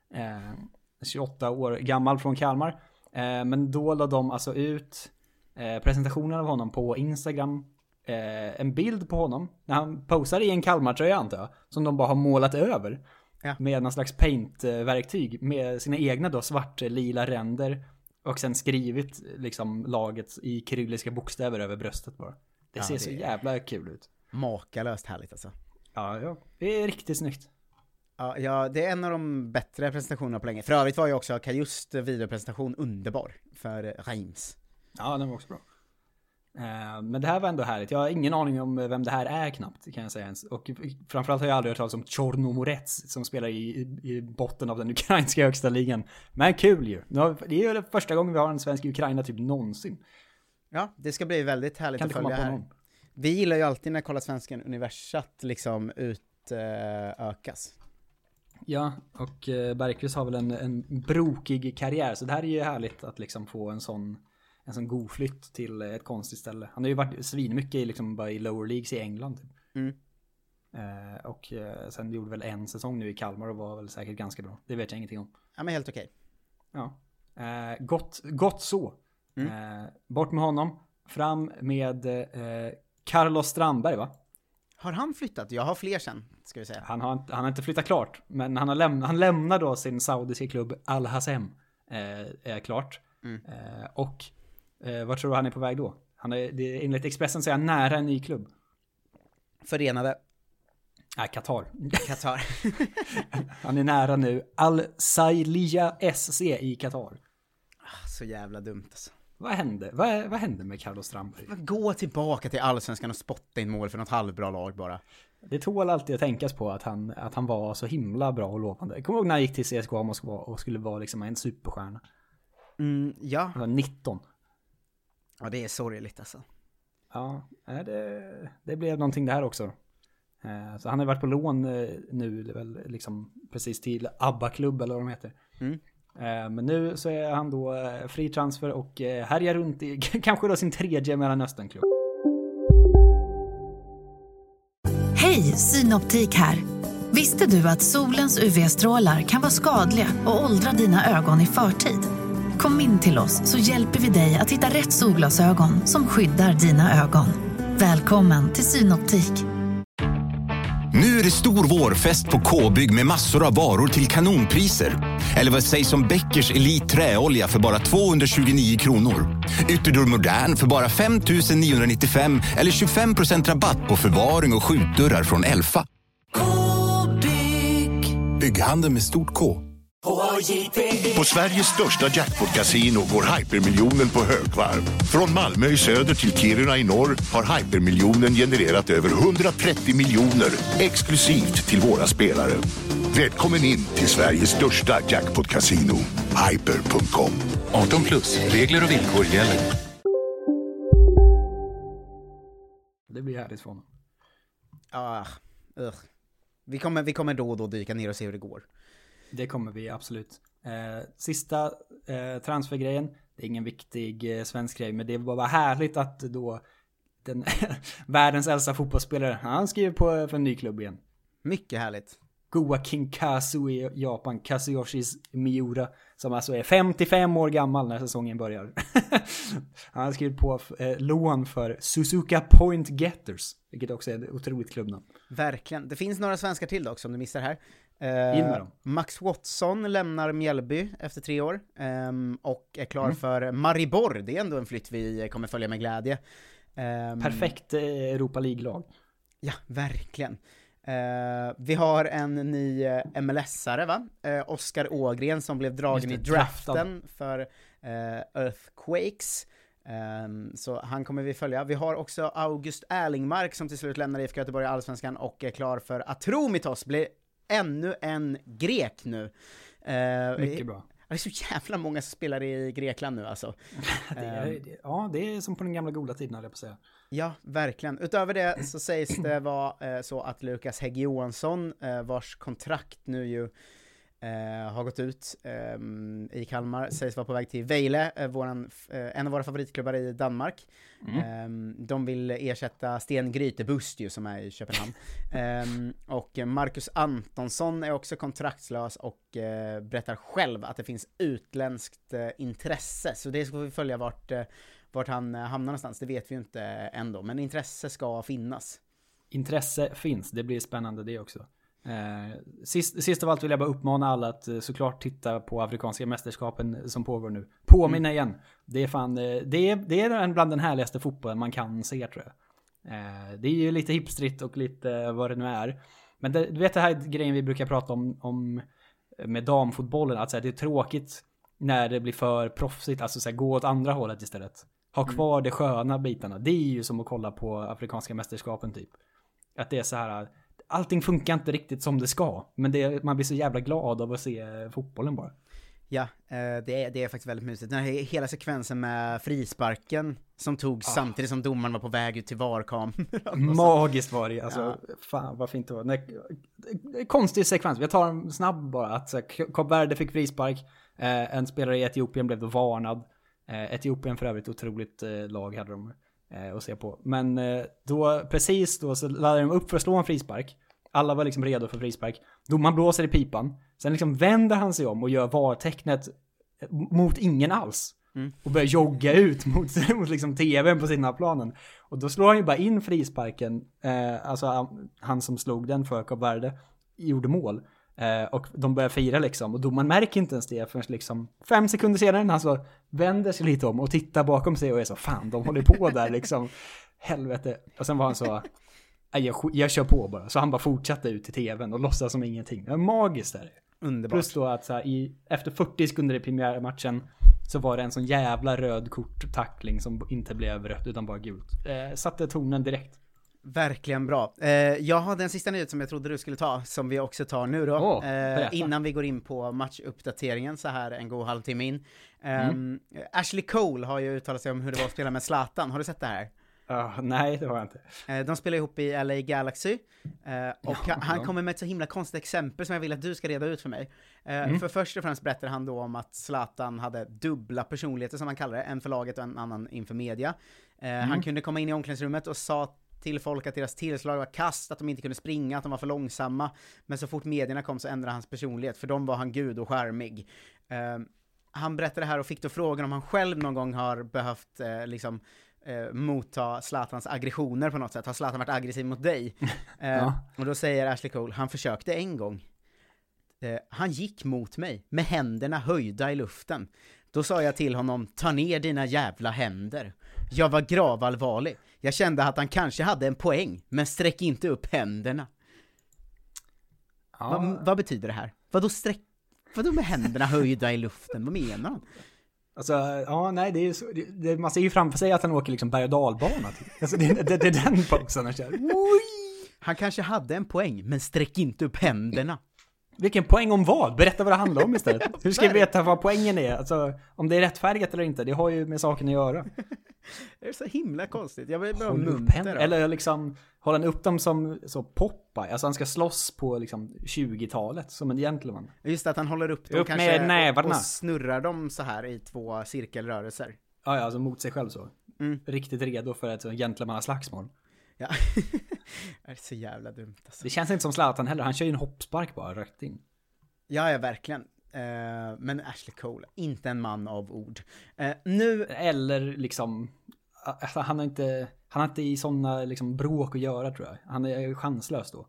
28 år gammal från Kalmar. Men då la de alltså ut presentationen av honom på Instagram. En bild på honom när han posar i en Kalmar-tröja, antar jag, som de bara har målat över med någon slags paint-verktyg med sina egna då svart-lila ränder och sen skrivit liksom laget i kyrilliska bokstäver över bröstet bara. Det ser så jävla kul ut. Makalöst härligt alltså. Ja, det är riktigt snyggt. Ja, det är en av de bättre presentationerna på länge. För övrigt var ju också Kajust videopresentation underbar för Reims. Ja, den var också bra. Men det här var ändå härligt. Jag har ingen aning om vem det här är knappt, kan jag säga ens. Och framförallt har jag aldrig hört talas om Chornomorets som spelar i botten av den ukrainska högsta ligan. Men kul ju. Det är ju första gången vi har en svensk i Ukraina typ någonsin. Ja, det ska bli väldigt härligt att följa här. Vi gillar ju alltid när Kolla Svensken universat liksom utökas. Ja, och Bergqvist har väl en brokig karriär. Så det här är ju härligt att liksom få en sån god flytt till ett konstigt ställe. Han har ju varit svinmycket liksom bara i lower leagues i England typ. Och sen gjorde väl en säsong nu i Kalmar och var väl säkert ganska bra. Det vet jag ingenting om. Ja, men helt okej. Ja. Gott så. Bort med honom. Fram med Carlos Strandberg, va? Har han flyttat? Jag har fler sen, ska vi säga. Han har inte flyttat klart, men han lämnar då sin saudiska klubb Al-Hazem är klart. Och vad tror du han är på väg då? Enligt Expressen så är han nära en ny klubb. Förenade. Nej, Qatar. Han är nära nu. Al-Sailiya SC i Qatar. Så jävla dumt alltså. Vad hände med Carlos Strandberg? Gå tillbaka till Allsvenskan och spotta in mål för något halvbra lag bara. Det tål alltid att tänkas på att han var så himla bra och lovande. Jag kommer ihåg när han gick till CSKA Moskva och skulle vara liksom en superstjärna. Ja. Han var 19. Ja, det är sorgligt alltså. Ja, det blev någonting där också. Så han har varit på lån nu väl liksom precis till ABBA-klubb eller vad de heter. Men nu så är han då fri transfer och härjar runt i kanske då sin 3:e Mellanösternklubb. Hej, Synoptik här. Visste du att solens UV-strålar kan vara skadliga och åldra dina ögon i förtid? Kom in till oss så hjälper vi dig att hitta rätt solglasögon som skyddar dina ögon. Välkommen till Synoptik. Nu är det stor vårfest på K-bygg med massor av varor till kanonpriser. Eller vad sägs om Bäckers Elite träolja för bara 229 kronor. Ytterdörr Modern för bara 5 995 eller 25% rabatt på förvaring och skjutdörrar från Elfa. K-bygg. Bygghandel med stort K. På Sveriges största jackpot-casino går Hypermiljonen på högvarv. Från Malmö i söder till Kiruna i norr har Hypermiljonen genererat över 130 miljoner exklusivt till våra spelare. Välkommen in till Sveriges största jackpot-casino, hyper.com. 18+, regler och villkor gäller. Det blir härligt för honom. Vi kommer då och då dyka ner och se hur det går. Det kommer vi absolut. Sista transfergrejen. Det är ingen viktig svensk grej, men det var bara härligt att då den världens äldsta fotbollsspelare, han skriver på för en ny klubb igen. Mycket härligt. Goa Kinkasu i Japan, Kazuyoshis Miura, som alltså är 55 år gammal när säsongen börjar. Han har skrivit på lån för Suzuka Point Getters, vilket också är ett otroligt klubbnamn. Verkligen. Det finns några svenskar till också, om du missar här. In med dem. Max Watson lämnar Mjällby efter 3 år och är klar för Maribor. Det är ändå en flytt vi kommer följa med glädje. Perfekt Europa League-lag. Ja, verkligen. Vi har en ny MLS-are, va? Oskar Ågren som blev dragen i draften för Earthquakes. Så han kommer vi följa. Vi har också August Erlingmark som till slut lämnar IFK Göteborg i Allsvenskan och är klar för Atromitos. Blir ännu en grek nu. Mycket bra. Det är så jävla många som spelar i Grekland nu alltså. Det är som på den gamla goda tiden, jag på att säga. Ja, verkligen. Utöver det så sägs det vara så att Lukas Hägg Johansson, vars kontrakt nu ju har gått ut i Kalmar, sägs vara på väg till Vejle, en av våra favoritklubbar i Danmark. De vill ersätta Sten Grytebust ju, som är i Köpenhamn. Och Marcus Antonsson är också kontraktslös och berättar själv att det finns utländskt intresse. Så det ska vi följa vart han hamnar någonstans. Det vet vi ju inte ändå, men intresse ska finnas. Intresse finns, det blir spännande det också. Sist av allt vill jag bara uppmana alla att såklart titta på afrikanska mästerskapen som pågår nu. Påminna igen. Det är fan, det är bland den härligaste fotbollen man kan se, tror jag. Det är ju lite hipstrigt och lite vad det nu är. Men du vet, det här grejen vi brukar prata om med damfotbollen, att det är tråkigt när det blir för proffsigt, alltså så här, gå åt andra hållet istället. Ha kvar de sköna bitarna. Det är ju som att kolla på afrikanska mästerskapen typ. Att det är så här, allting funkar inte riktigt som det ska, men man blir så jävla glad av att se fotbollen bara. Ja, det är faktiskt väldigt mysigt. Den här hela sekvensen med frisparken som togs samtidigt som domaren var på väg ut till VAR-kameran. Magiskt var det. Alltså, fan vad fint det var. Konstig sekvens. Vi tar en snabb bara. Att Kap Verde fick frispark. En spelare i Etiopien blev då varnad. Etiopien för övrigt otroligt lag hade de att se på. Men då precis då så laddade de upp för att slå en frispark. Alla var liksom redo för frispark. Domaren blåser i pipan. Sen liksom vänder han sig om och gör VAR-tecknet mot ingen alls. och börjar jogga ut mot liksom tvn på sina planen. Och då slår han ju bara in frisparken. Alltså han som slog den för Kap Verde gjorde mål. Och de börjar fira liksom. Och domaren märker inte ens det förrän liksom 5 sekunder senare när han så vänder sig lite om och tittar bakom sig och är så, fan, de håller på där liksom. Helvete. Och sen var han så, jag kör på bara. Så han bara fortsatte ut till tvn och låtsas som ingenting. Det var magiskt där. Underbart. Plus då att så här, efter 40 sekunder i premiärmatchen så var det en sån jävla röd korttackling som inte blev rött utan bara gult. Satte tonen direkt. Verkligen bra. Jag hade en sista nyhet som jag trodde du skulle ta, som vi också tar nu då. Innan vi går in på matchuppdateringen så här en god halvtimme in. Ashley Cole har ju uttalat sig om hur det var att spela med Zlatan. Har du sett det här? Nej, det har jag inte. De spelar ihop i LA Galaxy. Och han kommer med ett så himla konstigt exempel som jag vill att du ska reda ut för mig. För först och främst berättar han då om att Zlatan hade dubbla personligheter, som han kallar det. En för laget och en annan inför media. Han kunde komma in i omklädningsrummet och sa till folk att deras tillslag var kast, att de inte kunde springa, att de var för långsamma. Men så fort medierna kom så ändrade hans personlighet. För dem var han gud och charmig. Han berättade det här och fick då frågan om han själv någon gång har behövt motta Zlatans aggressioner på något sätt. Har Zlatan varit aggressiv mot dig? Och då säger Ashley Cole, han försökte en gång. Han gick mot mig med händerna höjda i luften. Då sa jag till honom, ta ner dina jävla händer. Jag var gravallvarlig. Jag kände att han kanske hade en poäng, men sträck inte upp händerna. Vad betyder det här? Vadå med händerna höjda i luften? Vad menar han? Alltså, nej, det är så, man ser ju framför sig att han åker liksom berg- och dalbana. Alltså, det är den boxen han kör. Han kanske hade en poäng, men sträck inte upp händerna. Vilken poäng om vad? Berätta vad det handlar om istället. Hur ska vi veta vad poängen är? Alltså, om det är rättfärdigt eller inte, det har ju med saken att göra. Det är så himla konstigt. Jag vill bara eller liksom hålla upp dem som så Popeye. Alltså han ska slåss på liksom 20-talet som en gentleman. Just att han håller upp dem kanske med nävarna och snurrar dem så här i 2 cirkelrörelser. Ja, alltså mot sig själv så. Riktigt redo för ett gentlemannaslagsmål. Ja. Det är så jävla dumt alltså. Det känns inte som Zlatan heller. Han kör ju en hoppspark bara rätt in. Ja, verkligen. Men Ashley Cole, inte en man av ord. Nu eller liksom alltså, han har inte i såna liksom bråk att göra, tror jag. Han är ju chanslös då.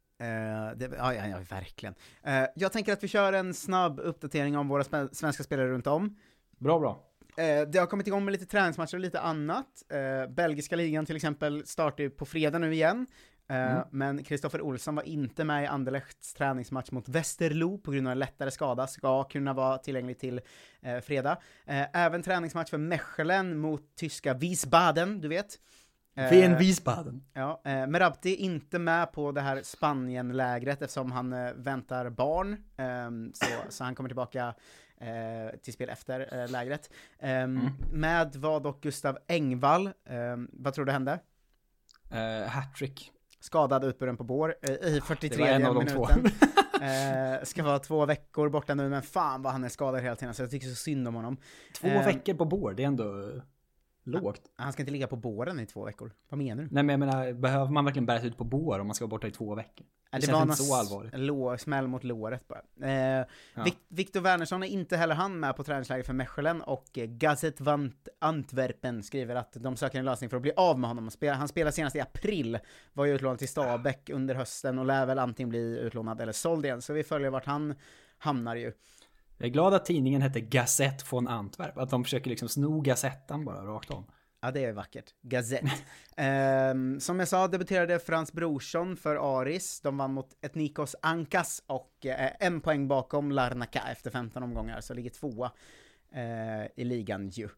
Ja, verkligen. Jag tänker att vi kör en snabb uppdatering om våra svenska spelare runt om. Bra. Det har kommit igång med lite träningsmatcher och lite annat. Belgiska ligan till exempel startar ju på fredag nu igen. Men Kristoffer Olsson var inte med i Anderlechts träningsmatch mot Westerlo på grund av en lättare skada. Ska kunna vara tillgänglig till fredag. Även träningsmatch för Mechelen mot tyska Wiesbaden, du vet. Wiesbaden. Ja, Merabti inte med på det här Spanien-lägret eftersom han väntar barn. Så han kommer tillbaka till spel efter lägret. Med var dock Gustav Engvall. vad tror du hände? Hattrick. Skadad utburen på bår i 43 minuten. Ska vara 2 veckor borta nu, men fan vad han är skadad hela tiden, så jag tycker så synd om honom. 2 veckor på bår, det är ändå lågt. Han ska inte ligga på båren i 2 veckor. Vad menar du? Nej, men jag menar, behöver man verkligen bära sig ut på bår om man ska vara borta i 2 veckor? Det var inte så allvarligt. Smäll mot låret bara. Victor Wernersson är inte heller han med på träningsläger för Mechelen, och Gazet van Antwerpen skriver att de söker en lösning för att bli av med honom. Han spelar senast i april, var ju utlånad till Stabäck under hösten och lär väl antingen bli utlånad eller såld igen, så vi följer vart han hamnar ju. Jag är glad att tidningen heter Gazette från Antwerp, att de försöker liksom sno gazetten bara rakt om. Ja, det är vackert. Gazette. Som jag sa, debuterade Frans Brorsson för Aris. De vann mot Ethnikos Ankas och 1 poäng bakom Larnaca efter 15 omgångar, så ligger 2 i ligan ju.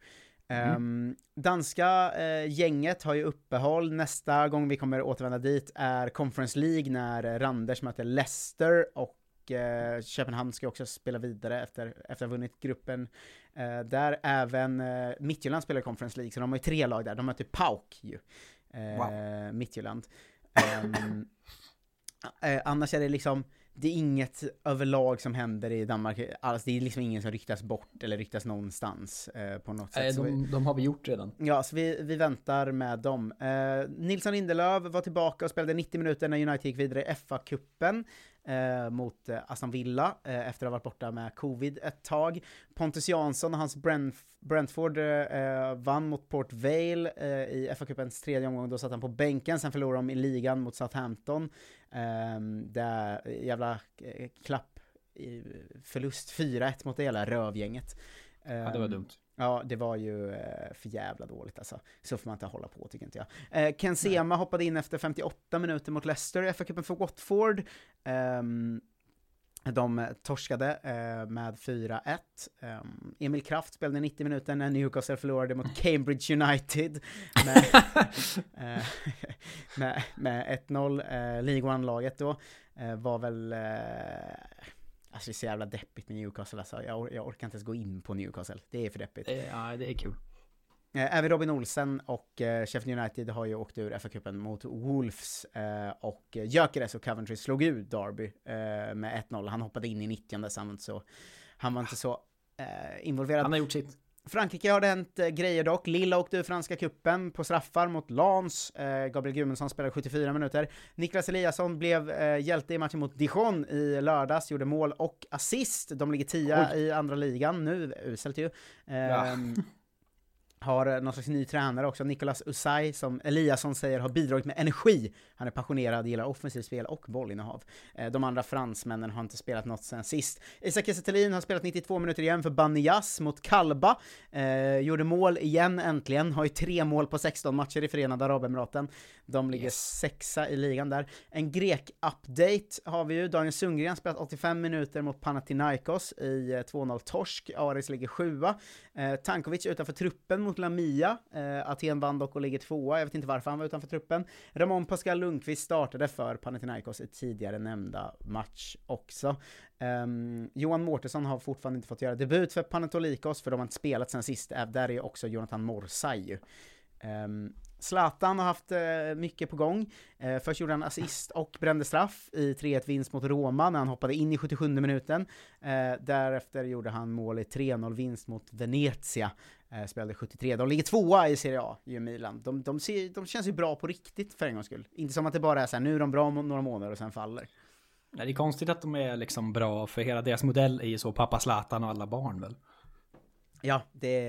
Danska gänget har ju uppehåll. Nästa gång vi kommer återvända dit är Conference League när Randers möter Leicester, och Köpenhamn ska också spela vidare efter att ha vunnit gruppen. Där även Midtjylland spelar Conference League, så de har ju 3 lag där. De möter PAOK ju. Midtjylland. Annars är det liksom, det är inget överlag som händer i Danmark alls. Det är liksom ingen som ryktas bort eller ryktas någonstans på något sätt. De har vi gjort redan. Ja, så vi väntar med dem. Nilsson Lindelöf var tillbaka och spelade 90 minuter när United gick vidare i FA-cupen mot Aston Villa efter att ha varit borta med covid ett tag. Pontus Jansson och hans Brentford vann mot Port Vale i FA-cupens tredje omgång. Då satt han på bänken, sen förlorade de i ligan mot Southampton. Där jävla klapp förlust 4-1 mot det hela rövgänget. Ja, det var dumt. Ja, det var ju för jävla dåligt alltså. Så får man inte hålla på, tycker inte jag. Ken Sema hoppade in efter 58 minuter mot Leicester i FA-cupen för Watford. De torskade med 4-1. Emil Kraft spelade 90 minuter när Newcastle förlorade mot Cambridge United med 1-0. League One-laget då var väl... Alltså det är så jävla deppigt med Newcastle alltså. Jag orkar inte ens gå in på Newcastle. Det är för deppigt. Ja, det är kul. Även Robin Olsen och Sheffield United har ju åkt ur FA-cupen mot Wolves och Gyökeres och Coventry slog ut Derby med 1-0. Han hoppade in i 90:e så han var inte så involverad. Han har gjort sitt. Frankrike har det hänt grejer dock. Lille åkte ur franska kuppen på straffar mot Lens. Gabriel Gudmundsson spelade 74 minuter. Niklas Eliasson blev hjälte i matchen mot Dijon i lördags. Gjorde mål och assist. De ligger 10 i andra ligan nu. Uselt ju. Har någon slags ny tränare också, Nicolas Usai, som Eliasson säger har bidragit med energi. Han är passionerad, gillar offensivt spel och bollinnehav. De andra fransmännen har inte spelat något sen sist. Isak Kiese Thelin har spelat 92 minuter igen för Banias mot Kalba. Gjorde mål igen äntligen. Har ju 3 mål på 16 matcher i Förenade Arabemiraten. De ligger 6:a i ligan där. En grek-update har vi ju. Daniel Sundgren spelat 85 minuter mot Panathinaikos i 2-0-torsk. Aris ligger 7:a. Tankovic utanför truppen mot Lamia. Aten vann dock och ligger 2:a. Jag vet inte varför han var utanför truppen. Ramon Pascal Lundqvist startade för Panathinaikos i tidigare nämnda match också. Johan Mårtensson har fortfarande inte fått göra debut för Panathinaikos, för de har inte spelat sen sist. Där är också Jonathan Morsay. Zlatan har haft mycket på gång. Först gjorde han assist och brände straff i 3-1 vinst mot Roma när han hoppade in i 77 minuten. Därefter gjorde han mål i 3-0 vinst mot Venezia. Spelade 73. De ligger 2:a i Serie A i Milan. De känns ju bra på riktigt för en gångs skull. Inte som att det bara är så här, nu är de bra om några månader och sen faller. Nej, det är konstigt att de är liksom bra, för hela deras modell är ju så pappa Zlatan och alla barn väl. Ja,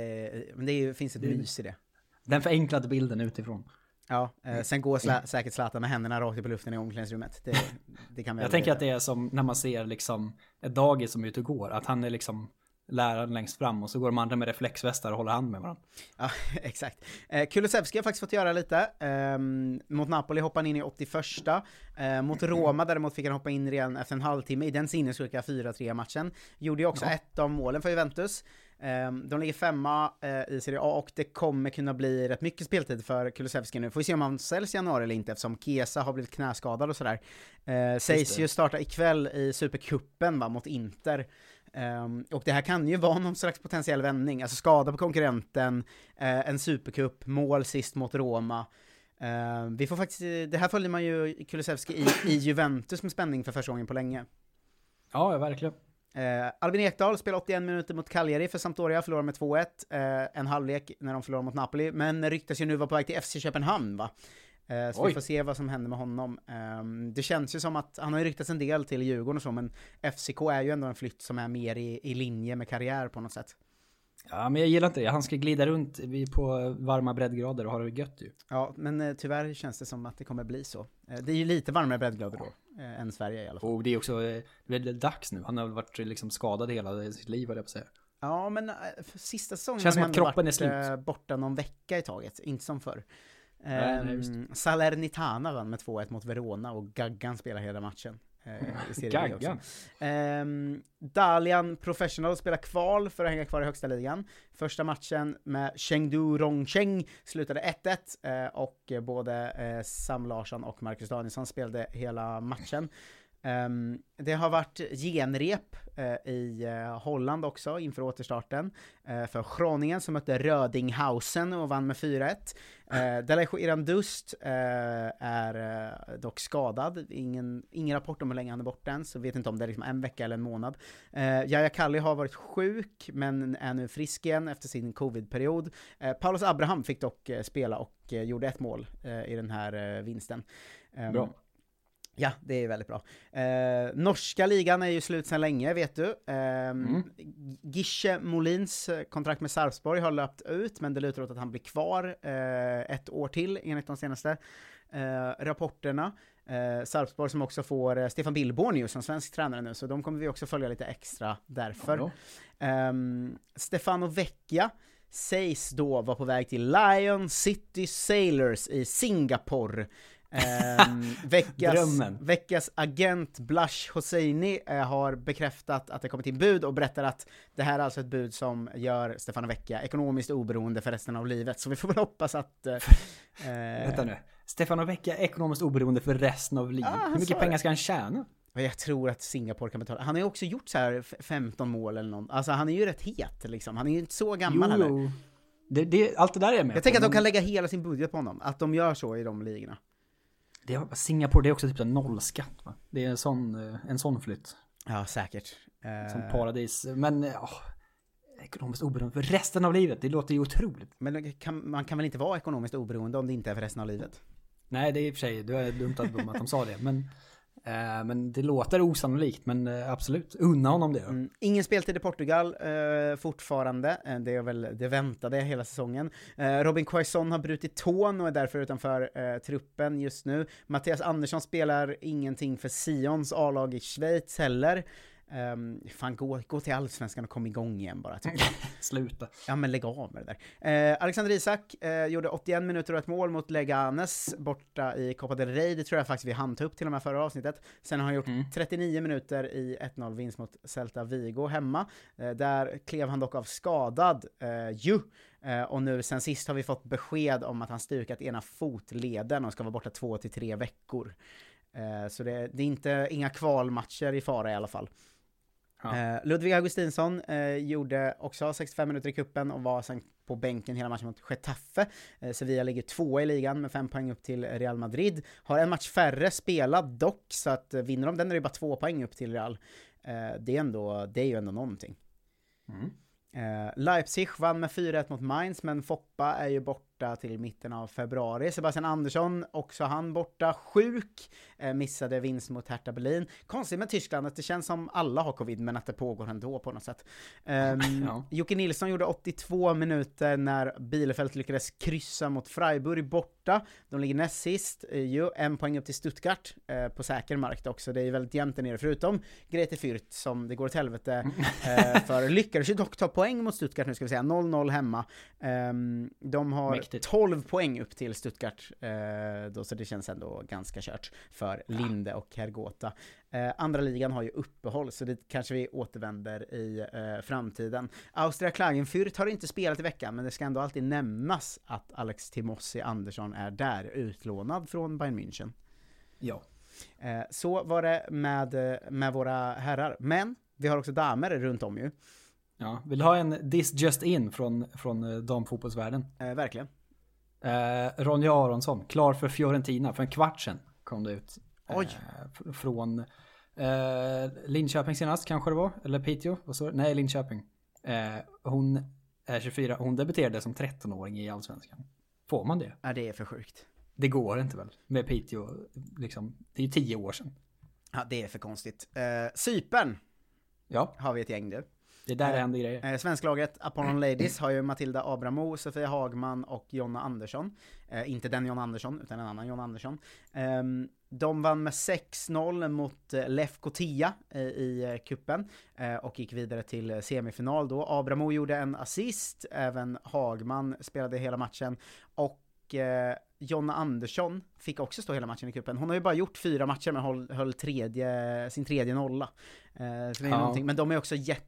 det finns ett mys i det. Den förenklade bilden utifrån. Ja, sen går säkert Zlatan med händerna rakt upp i luften i omklädningsrummet. Det kan jag tänker att det är som när man ser liksom ett dagis som är ute och går, att han är liksom läraren längst fram och så går de andra med reflexvästar och håller hand med varandra. Ja, exakt. Kulusevski har faktiskt fått göra lite. Mot Napoli hoppade han in i 81:a. Mot Roma däremot fick han hoppa in redan efter en halvtimme i den sinnessjuka 4-3 matchen. Gjorde ju också ett av målen för Juventus. De ligger 5:a i Serie A och det kommer kunna bli rätt mycket speltid för Kulusevski nu. Får vi se om han säljs i januari eller inte, eftersom Chiesa har blivit knäskadad och sådär. Sägs ju starta ikväll i Supercupen mot Inter. Och det här kan ju vara någon slags potentiell vändning. Alltså skada på konkurrenten, en Supercup, mål sist mot Roma. Vi får faktiskt, det här följer man ju Kulusevski i Juventus med spänning för första gången på länge. Ja, verkligen. Albin Ekdal spelar 81 minuter mot Cagliari för Sampdoria, förlorar med 2-1. En halvlek när de förlorar mot Napoli, men ryktas ju nu vara på väg till FC Köpenhamn, va? Så vi får se vad som händer med honom. Det känns ju som att han har ju ryktats en del till Djurgården och så, men FCK är ju ändå en flytt som är mer i linje med karriär på något sätt. Ja, men jag gillar inte det. Han ska glida runt på varma breddgrader och ha det gött ju. Ja, men tyvärr känns det som att det kommer bli så. Det är ju lite varmare breddgrader då än Sverige i alla fall. Och det är också det är dags nu. Han har varit liksom skadad hela sitt liv, vad jag på säga. Ja, men sista säsongen känns som att kroppen varit är slut. Borta någon vecka i taget, inte som förr. Salernitana vann med 2-1 mot Verona och Gaggan spelar hela matchen. Gaggan. Dalian Professional spelar kval för att hänga kvar i högsta ligan. Första matchen med Chengdu Rongcheng slutade 1-1 och både Sam Larsson och Marcus Danielsson spelade hela matchen. Det har varit genrep i Holland också inför återstarten för Groningen som mötte Rödinghausen och vann med 4-1. Dalejo Irandust är dock skadad. Ingen rapport om hur länge han är borta än, så vet inte om det är liksom en vecka eller en månad. Yahya Kalli har varit sjuk men är nu frisk igen efter sin covid-period. Paulus Abraham fick dock spela och gjorde ett mål i den här vinsten. Bra. Ja, det är väldigt bra. Norska ligan är ju slut sedan länge, vet du. Gische Molins kontrakt med Sarpsborg har löpt ut, men det lutar åt att han blir kvar ett år till enligt de senaste rapporterna. Sarpsborg som också får Stefan Billborn som svensk tränare nu, så de kommer vi också följa lite extra därför. Stefano Vecchia sägs då vara på väg till Lion City Sailors i Singapore. Veckas agent Blash Hosseini har bekräftat att det kommer till bud och berättar att det här är alltså ett bud som gör Stefano Vecchia ekonomiskt oberoende för resten av livet, så vi får väl hoppas att vänta nu, Stefano Vecchia ekonomiskt oberoende för resten av livet. Hur mycket pengar ska han tjäna? Jag tror att Singapore kan betala. Han har ju också gjort så här 15 mål eller något. Alltså han är ju rätt het liksom. Han är ju inte så gammal heller. Allt det där är med. Jag tänker att de kan lägga hela sin budget på honom. Att de gör så i de ligorna. Singapore, det är också typ en nollskatt, va? Det är en sån flytt. Ja, säkert. Som paradis. Men ekonomiskt oberoende för resten av livet, det låter ju otroligt. Men man kan väl inte vara ekonomiskt oberoende om det inte är för resten av livet? Nej, det är i och för sig, det är dumt att de sa det. Men det låter osannolikt, men absolut, unna honom det. Ingen speltid i Portugal fortfarande. Det är väl det väntade hela säsongen. Robin Quaison har brutit tån och är därför utanför truppen just nu. Mattias Andersson spelar ingenting för Sions A-lag i Schweiz heller. Fan, gå till Allsvenskan och kom igång igen bara, tycker jag. Sluta. Ja, men lägg av med det där. Alexander Isak gjorde 81 minuter och ett mål mot Leganes borta i Copa del Rey. Det tror jag faktiskt vi hann ta upp till och med förra avsnittet. Sen har han gjort 39 minuter i 1-0 vinst mot Celta Vigo hemma. Där klev han dock av skadad och nu sen sist har vi fått besked om att han stukat ena fotleden och ska vara borta 2 till 3 veckor. Så det är inte inga kvalmatcher i fara i alla fall. Ludvig Augustinsson gjorde också 65 minuter i kuppen och var sen på bänken hela matchen mot Getafe. Sevilla ligger 2 i ligan med 5 poäng upp till Real Madrid. Har en match färre spelad dock, så att vinner de den är det bara 2 poäng upp till Real. Det är ju ändå någonting. Leipzig vann med 4-1 mot Mainz, men Foppa är ju borta till mitten av februari. Sebastian Andersson, också han borta, sjuk, missade vinst mot Hertha Berlin. Konstigt med Tyskland att det känns som alla har covid, men att det pågår ändå på något sätt. Jocke Nilsson gjorde 82 minuter när Bielefeld lyckades kryssa mot Freiburg borta. De ligger näst sist, 1 poäng upp till Stuttgart på säker mark också. Det är väldigt jämnt där nere, förutom Grete Fürth som det går åt helvete för lyckades ju dock ta poäng mot Stuttgart nu, ska vi säga 0-0 hemma. De har mäktigt. 12 poäng upp till Stuttgart då, så det känns ändå ganska kört för Linde och Hergota. Andra ligan har ju uppehåll, så det kanske vi återvänder i framtiden. Austria Klagenfurt har inte spelat i veckan, men det ska ändå alltid nämnas att Alex Timossi Andersson är där, utlånad från Bayern München. Ja. Så var det med våra herrar. Men vi har också damer runt om ju. Ja, vill ha en This Just In från damfotbollsvärlden? Verkligen. Ronja Aronsson, klar för Fiorentina. För en kvart sedan kom det ut. Från Linköping senast kanske det var. Eller Piteå. Nej, Linköping. Hon är 24. Hon debuterade som 13-åring i Allsvenskan. Får man det? Ja, det är för sjukt. Det går inte väl. Med Piteå, liksom. Det är 10 år sedan. Ja, det är för konstigt. Cypern. Ja. Har vi ett gäng du. Det där händer grejer. Svensklaget Apollon Ladies har ju Matilda Abramo, Sofia Hagman och Jonna Andersson. Inte den Jonna Andersson, utan en annan Jonna Andersson. De vann med 6-0 mot Lech Kotia i kuppen och gick vidare till semifinal då. Abramo gjorde en assist, även Hagman spelade hela matchen och Jonna Andersson fick också stå hela matchen i kuppen. Hon har ju bara gjort 4 matcher men höll sin tredje nolla. Så det är någonting. Men de är också jätte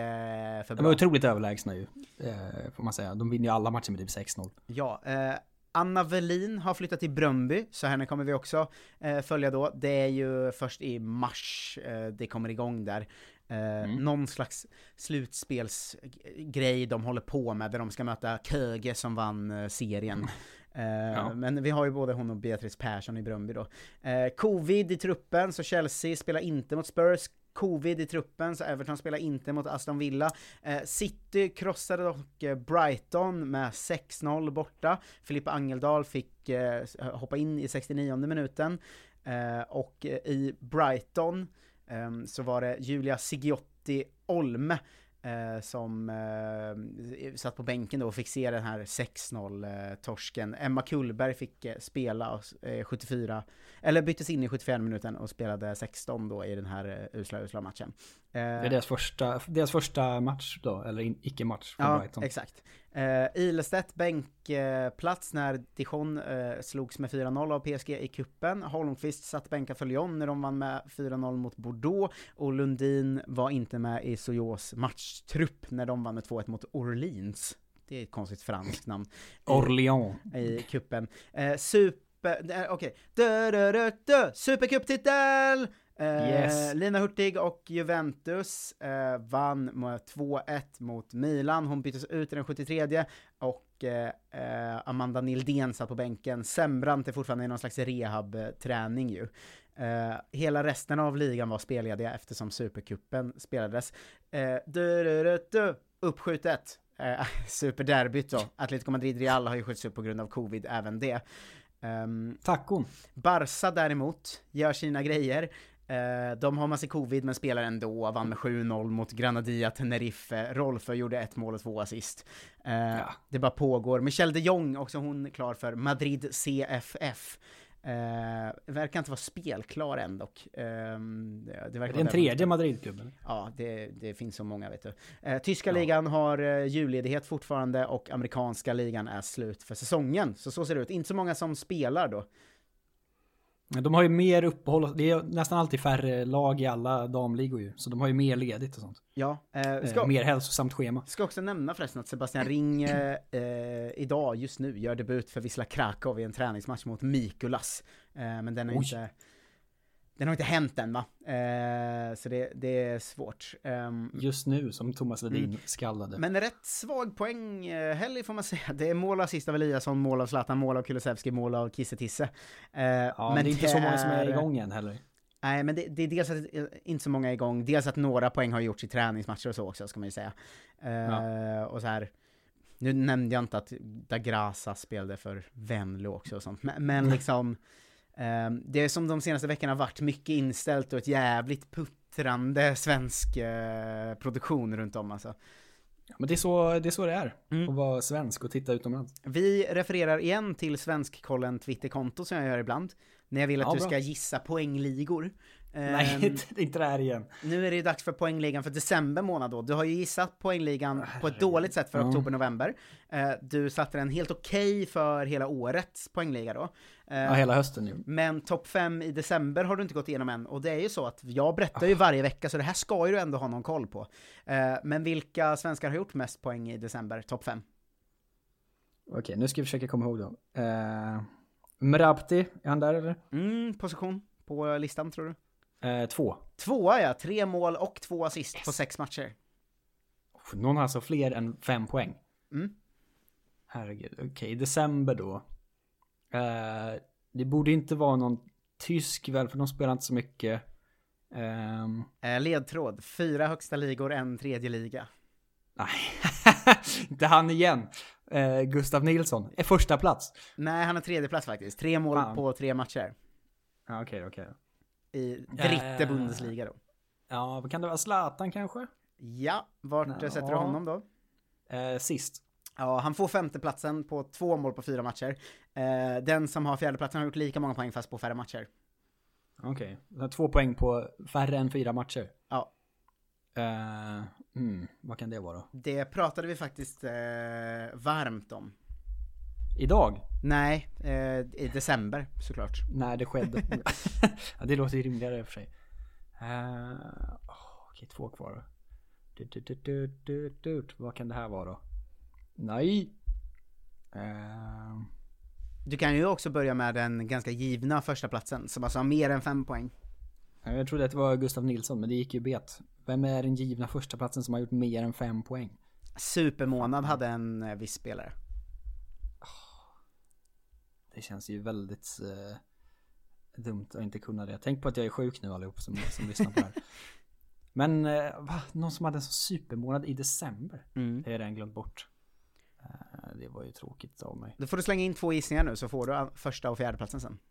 för bra. De är otroligt överlägsna ju, får man säga. De vinner ju alla matcher med typ 6-0. Ja, Anna Velin har flyttat till Bröndby, så henne kommer vi också följa då. Det är ju först i mars det kommer igång där. Någon slags slutspelsgrej de håller på med, där de ska möta Köge som vann serien. Men vi har ju både hon och Beatrice Persson i Bröndby då. Covid i truppen, så Chelsea spelar inte mot Spurs. Covid i truppen, så Everton spelar inte mot Aston Villa. City krossade dock Brighton med 6-0 borta. Filippa Angeldal fick hoppa in i 69:e minuten. Och i Brighton så var det Julia Sigiotti Olme som satt på bänken då och fick se den här 6-0-torsken. Emma Kullberg fick spela 74, eller byttes in i 74 minuten och spelade 16 då i den här usla matchen. Det är deras första match då, eller icke-match för Brighton. Exakt. Ilestedt bänkplats när Dijon slogs med 4-0 av PSG i kuppen. Holmqvist satt bänkad för Lyon när de vann med 4-0 mot Bordeaux, och Lundin var inte med i Soyos matchtrupp när de vann med 2-1 mot Orleans. Det är ett konstigt franskt namn. Orléans i kuppen. Supercuptitel! Yes. Lina Hurtig och Juventus vann med 2-1 mot Milan. Hon byttes ut i den 73:e och Amanda Nildén satt på bänken. Sembrant är fortfarande i någon slags rehab-träning ju. Hela resten av ligan var spellediga eftersom Supercupen spelades. Uppskjutet. Superderbyt då. Atletico Madrid-Real har ju skjuts upp på grund av covid, även det. Tackon. Barca däremot gör sina grejer. De har massa covid men spelar ändå, vann med 7-0 mot Granadia Tenerife. Rolfö gjorde 1 mål och 2 assist. Det bara pågår. Michelle de Jong, också hon klar för Madrid CFF. Verkar inte vara spelklar än dock. Det är den tredje Madrid-klubben. Ja, det finns så många, vet du. Tyska ligan har julledighet fortfarande, och amerikanska ligan är slut för säsongen. Så ser det ut. Inte så många som spelar då. De har ju mer uppehåll. Det är nästan alltid färre lag i alla damligor ju. Så de har ju mer ledigt och sånt. Ja, mer hälsosamt schema. Ska också nämna förresten att Sebastian Ring idag, just nu, gör debut för Wisla Krakow i en träningsmatch mot Mikulas. Men den har inte hänt än, va? Så det är svårt. Just nu, som Thomas Ledin skallade. Men rätt svag poäng helg får man säga. Det är mål av Sista Eliasson, mål av Zlatan, mål av Kulusevski, mål av Kissetisse. Men det är inte så många som är igång än heller. Nej, men det är dels att inte så många är igång. Dels att några poäng har gjorts i träningsmatcher och så också, ska man ju säga. Och så här... Nu nämnde jag inte att Da Grasa spelade för Venlo också och sånt. Men liksom... det är som de senaste veckorna har varit mycket inställt och ett jävligt puttrande svensk produktion runt om, alltså. Ja, men det är så det är att vara svensk och titta utomlands. Vi refererar igen till Svenskkollen Twitterkonto som jag gör ibland när jag vill att du ska gissa poängligor. Nej, inte det här igen. Nu är det ju dags för poängligan för december månad då. Du har ju gissat poängligan på ett dåligt sätt för oktober-november. Du satte den helt okej för hela årets poängliga då. Ja, hela hösten nu. Men topp 5 i december har du inte gått igenom än. Och det är ju så att jag berättar ju varje vecka, så det här ska ju du ändå ha någon koll på. Men vilka svenskar har gjort mest poäng i december? Topp 5. Okej, nu ska vi försöka komma ihåg då. Mrabti, är han där eller? Position på listan, tror du? 2. 2, ja. 3 mål och 2 assist på 6 matcher. Någon har alltså fler än 5 poäng. Herregud. Okej, december då. Det borde inte vara någon tysk väl, för de spelar inte så mycket. Ledtråd. 4 högsta ligor, en tredje liga. Nej, inte han igen. Gustav Nilsson är första plats. Nej, han är tredje plats faktiskt. 3 mål på 3 matcher. Ja, okej. I dritte Bundesliga då. Ja, vad kan det vara? Zlatan kanske? Ja, vart sätter du honom då? Sist. Ja, han får 5:e platsen på 2 mål på 4 matcher. Den som har 4:e platsen har gjort lika många poäng fast på färre matcher. Okej, 2 poäng på färre än 4 matcher. Ja. Vad kan det vara då? Det pratade vi faktiskt varmt om. Idag? Nej, i december såklart. Nej, det skedde. Ja, det låter ju rimligare för sig. Okej, 2 kvar då. Vad kan det här vara då? Nej. Du kan ju också börja med den ganska givna första platsen som alltså har mer än 5 poäng. Jag trodde att det var Gustav Nilsson, men det gick ju bet. Vem är den givna första platsen som har gjort mer än 5 poäng? Supermånad hade en viss spelare. Det känns ju väldigt dumt att inte kunna det. Tänk på att jag är sjuk nu allihop som lyssnar på det här. Men någon som hade en sån supermånad i december. Det är den glömt bort. Det var ju tråkigt av mig. Då får du slänga in 2 gissningar nu så får du första och fjärde platsen sen.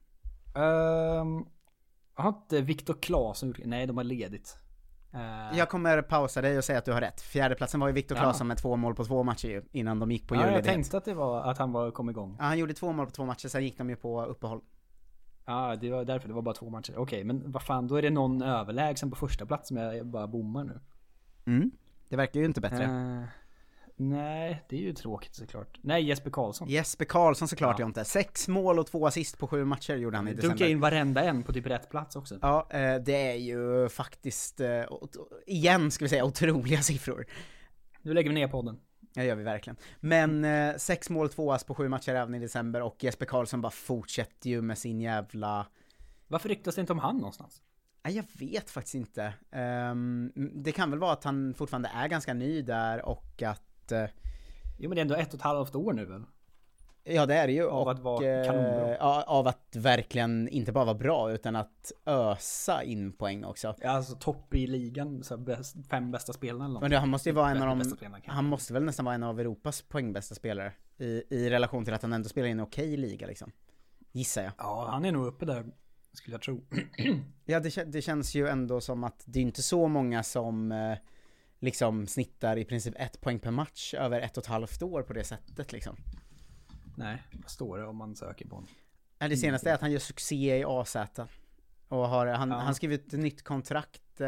Har inte Viktor Claesson gjort? Nej, de har ledigt. Jag kommer pausa dig och säga att du har rätt. Fjärde platsen var ju Viktor Claesson med 2 mål på 2 matcher innan de gick på julledighet. Jag tänkte att det var att han kom igång. Ja, han gjorde 2 mål på 2 matcher, sen gick de ju på uppehåll. Ja, det var därför det var bara 2 matcher. Okej, men vad fan, då är det någon överlägsen på första plats som jag bara bommar nu. Det verkar ju inte bättre. Nej, det är ju tråkigt såklart. Nej, Jesper Karlsson såklart, jag inte. 6 mål och 2 assist på 7 matcher gjorde han i december. Dunkade in varenda en på typ rätt plats också. Ja, det är ju faktiskt igen ska vi säga otroliga siffror. Nu lägger vi ner podden. Ja, gör vi verkligen. Men 6 mål, 2 ass på 7 matcher även i december. Och Jesper Karlsson bara fortsätter ju med sin jävla... Varför ryktas det inte om han någonstans? Jag vet faktiskt inte. Det kan väl vara att han fortfarande är ganska ny där och att... Jo, men det är ändå 1,5 år nu väl? Ja, det är det ju. Av att vara kanonbra. Av att verkligen inte bara vara bra utan att ösa in poäng också. Ja, alltså topp i ligan, så 5 bästa spelarna eller något. Men han måste ju vara en av han måste väl nästan vara en av Europas poängbästa spelare i relation till att han ändå spelar i en okej liga liksom. Gissar jag. Ja, han är nog uppe där, skulle jag tro. Ja, det känns ju ändå som att det är inte så många som liksom snittar i princip 1 poäng per match över 1,5 år på det sättet liksom. Nej, vad står det om man söker på honom? Det senaste är att han gör succé i AZ. Och han skrivit ett nytt kontrakt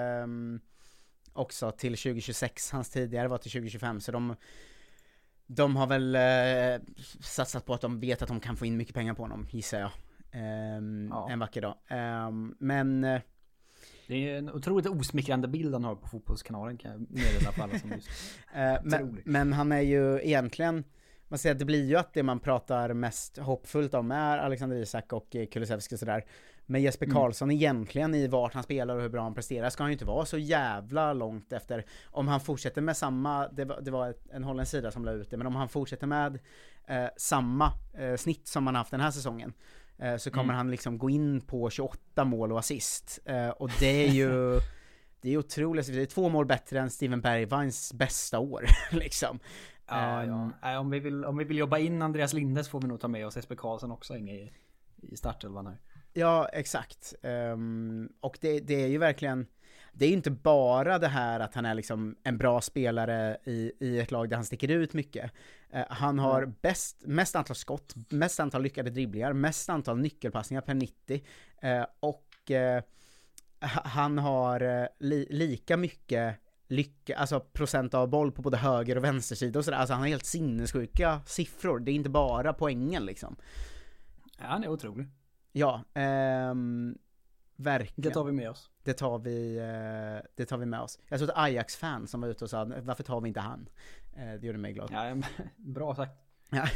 också till 2026. Hans tidigare var till 2025. Så de har väl satsat på att de vet att de kan få in mycket pengar på honom, gissar jag. En vacker dag. Men... Det är en otroligt osmickrande bild han har på Fotbollskanalen, kan jag meddela för alla som lyssnar. Men han är ju egentligen... Man säger att det blir ju att det man pratar mest hoppfullt om är Alexander Isak och Kulusevski och sådär. Men Jesper Karlsson egentligen i vart han spelar och hur bra han presterar ska han ju inte vara så jävla långt efter. Om han fortsätter med samma, det var en holländsk sida som la ut det, men om han fortsätter med samma snitt som han haft den här säsongen så kommer han liksom gå in på 28 mål och assist. Och det är ju... Det är otroligt, det är 2 mål bättre än Steven Bergwijns bästa år liksom. Ja. Om vi vill jobba in Andreas Lindes får vi nog ta med oss Jesper Karlsson också i startelvan här. Ja, exakt. Och det är ju verkligen, det är ju inte bara det här att han är liksom en bra spelare i ett lag där han sticker ut mycket. Han har mest antal skott, mest antal lyckade dribblingar, mest antal nyckelpassningar per 90 och han har lika mycket alltså procent av boll på både höger och vänstersida och sådär. Alltså han har helt sinnessjuka siffror. Det är inte bara poängen liksom. Ja, han är otrolig. Ja, verkligen. Det tar vi med oss. Det tar vi med oss. Jag såg ett Ajax-fan som var ute och sa, varför tar vi inte han? Det gjorde mig glad. Ja, bra sagt. Ja.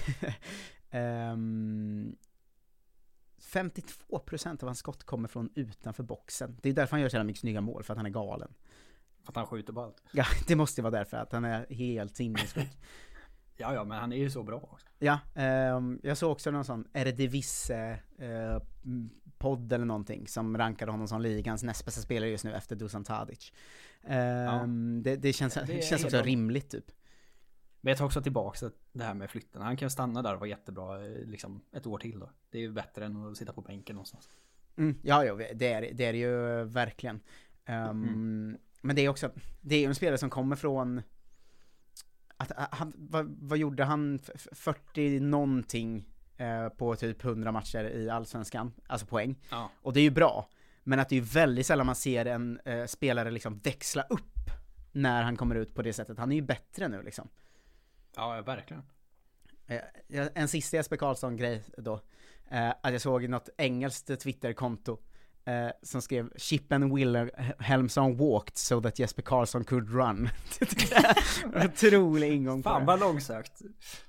52% av hans skott kommer från utanför boxen. Det är därför han gör så här mycket snygga mål, för att han är galen. För att han skjuter på allt. Ja, det måste vara därför att han är helt sinnessjuk. Ja, men han är ju så bra också. Ja, jag såg också någon sån Eredivisie podd eller någonting som rankade honom som ligans näst bästa spelare just nu efter Dusan Tadic. Det känns också rimligt typ. Men jag tar också tillbaka det här med flytten. Han kan ju stanna där och vara jättebra liksom ett år till då. Det är ju bättre än att sitta på bänken någonstans. Ja, det är ju verkligen. Men det är också, det är ju en spelare som kommer från att vad gjorde han 40 någonting på typ 100 matcher i Allsvenskan, alltså poäng. Ja. Och det är ju bra, men att det är ju väldigt sällan man ser en spelare liksom växla upp när han kommer ut på det sättet. Han är ju bättre nu liksom. Ja, verkligen. En sista Jesper Karlsson-grej då. Att jag såg något engelskt Twitter-konto som skrev Chippen Wilhelmsson walked so that Jesper Karlsson could run. Otrolig ingång på fan vad långsökt.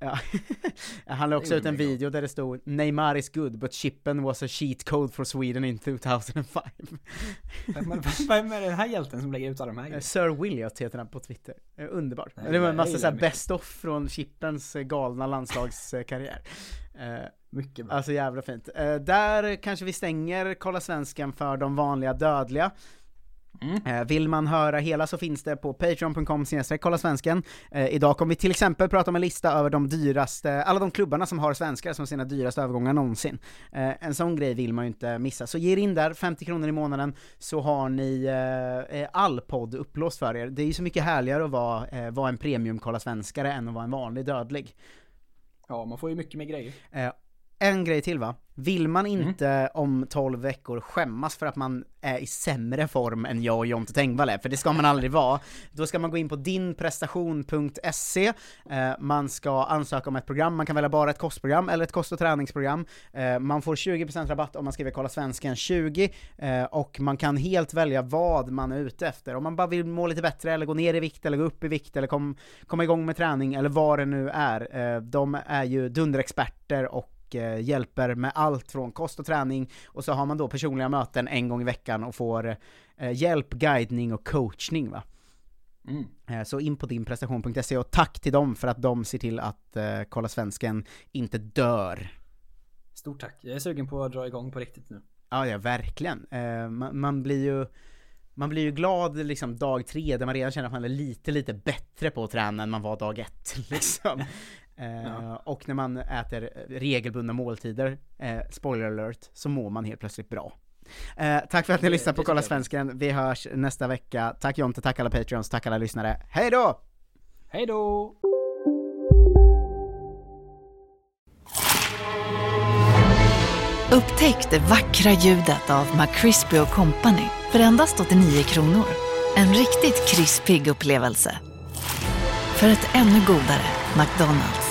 Ja. Han la också ut en video där det stod Neymar is good but Chippen was a cheat code for Sweden in 2005. Vem är den här hjälten som lägger ut alla de här? Sir Williot heter han på Twitter. Underbart. Det var en massa så här best of från Chippens galna landslagskarriär. Mycket bra. Alltså jävla fint. Där kanske vi stänger Kolla Svensken för de vanliga dödliga. Vill man höra hela så finns det på patreon.com/Kolla Svensken. Idag kommer vi till exempel prata om en lista över de dyraste, alla de klubbarna som har svenskar som sina dyraste övergångar någonsin. En sån grej vill man ju inte missa. Så ge in där 50 kronor i månaden så har ni all podd upplåst för er. Det är ju så mycket härligare att vara en premium Kolla Svenskare än att vara en vanlig dödlig. Ja, man får ju mycket mer grejer. En grej till va? Vill man inte om 12 veckor skämmas för att man är i sämre form än jag och Jonte Tengvall är, för det ska man aldrig vara, då ska man gå in på dinprestation.se. Man ska ansöka om ett program, man kan välja bara ett kostprogram eller ett kost- och träningsprogram. Man får 20% rabatt om man skriver Kolla Svensken 20 och man kan helt välja vad man är ute efter. Om man bara vill må lite bättre eller gå ner i vikt eller gå upp i vikt eller komma igång med träning eller vad det nu är. De är ju dunderexperter och hjälper med allt från kost och träning, och så har man då personliga möten en gång i veckan och får hjälp, guidning och coachning va. Så in på dinprestation.se och tack till dem för att de ser till att Kolla Svensken inte dör. Stort tack, jag är sugen på att dra igång på riktigt nu. Ja, verkligen. Man blir ju glad liksom dag 3 där man redan känner att man är lite bättre på att träna än man var dag 1 liksom. Och när man äter regelbundna måltider, spoiler alert, så mår man helt plötsligt bra. Tack för att ni lyssnar på Kolla Svensken. Vi hörs nästa vecka. Tack Jonte, tack alla Patreons, tack alla lyssnare. Hej då! Hej då! Upptäck det vackra ljudet av McCrispy & Company för endast 89 kronor. En riktigt krispig upplevelse. För ett ännu godare McDonald's.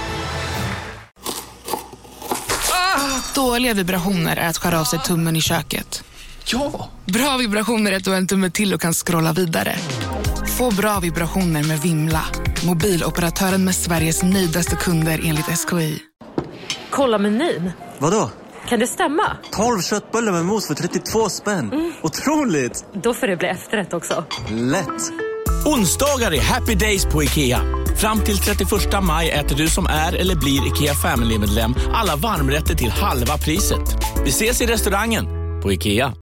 Dåliga vibrationer är att skära av sig tummen i köket. Ja! Bra vibrationer är att du har en tumme till och kan scrolla vidare. Få bra vibrationer med Vimla. Mobiloperatören med Sveriges nöjdaste kunder enligt SKI. Kolla menyn. Vadå? Kan det stämma? 12 köttbullar med mos för 32 spänn. Otroligt! Då får det bli efterrätt också. Lätt! Onsdagar är happy days på IKEA. Fram till 31 maj äter du som är eller blir IKEA Family-medlem alla varmrätter till halva priset. Vi ses i restaurangen på IKEA.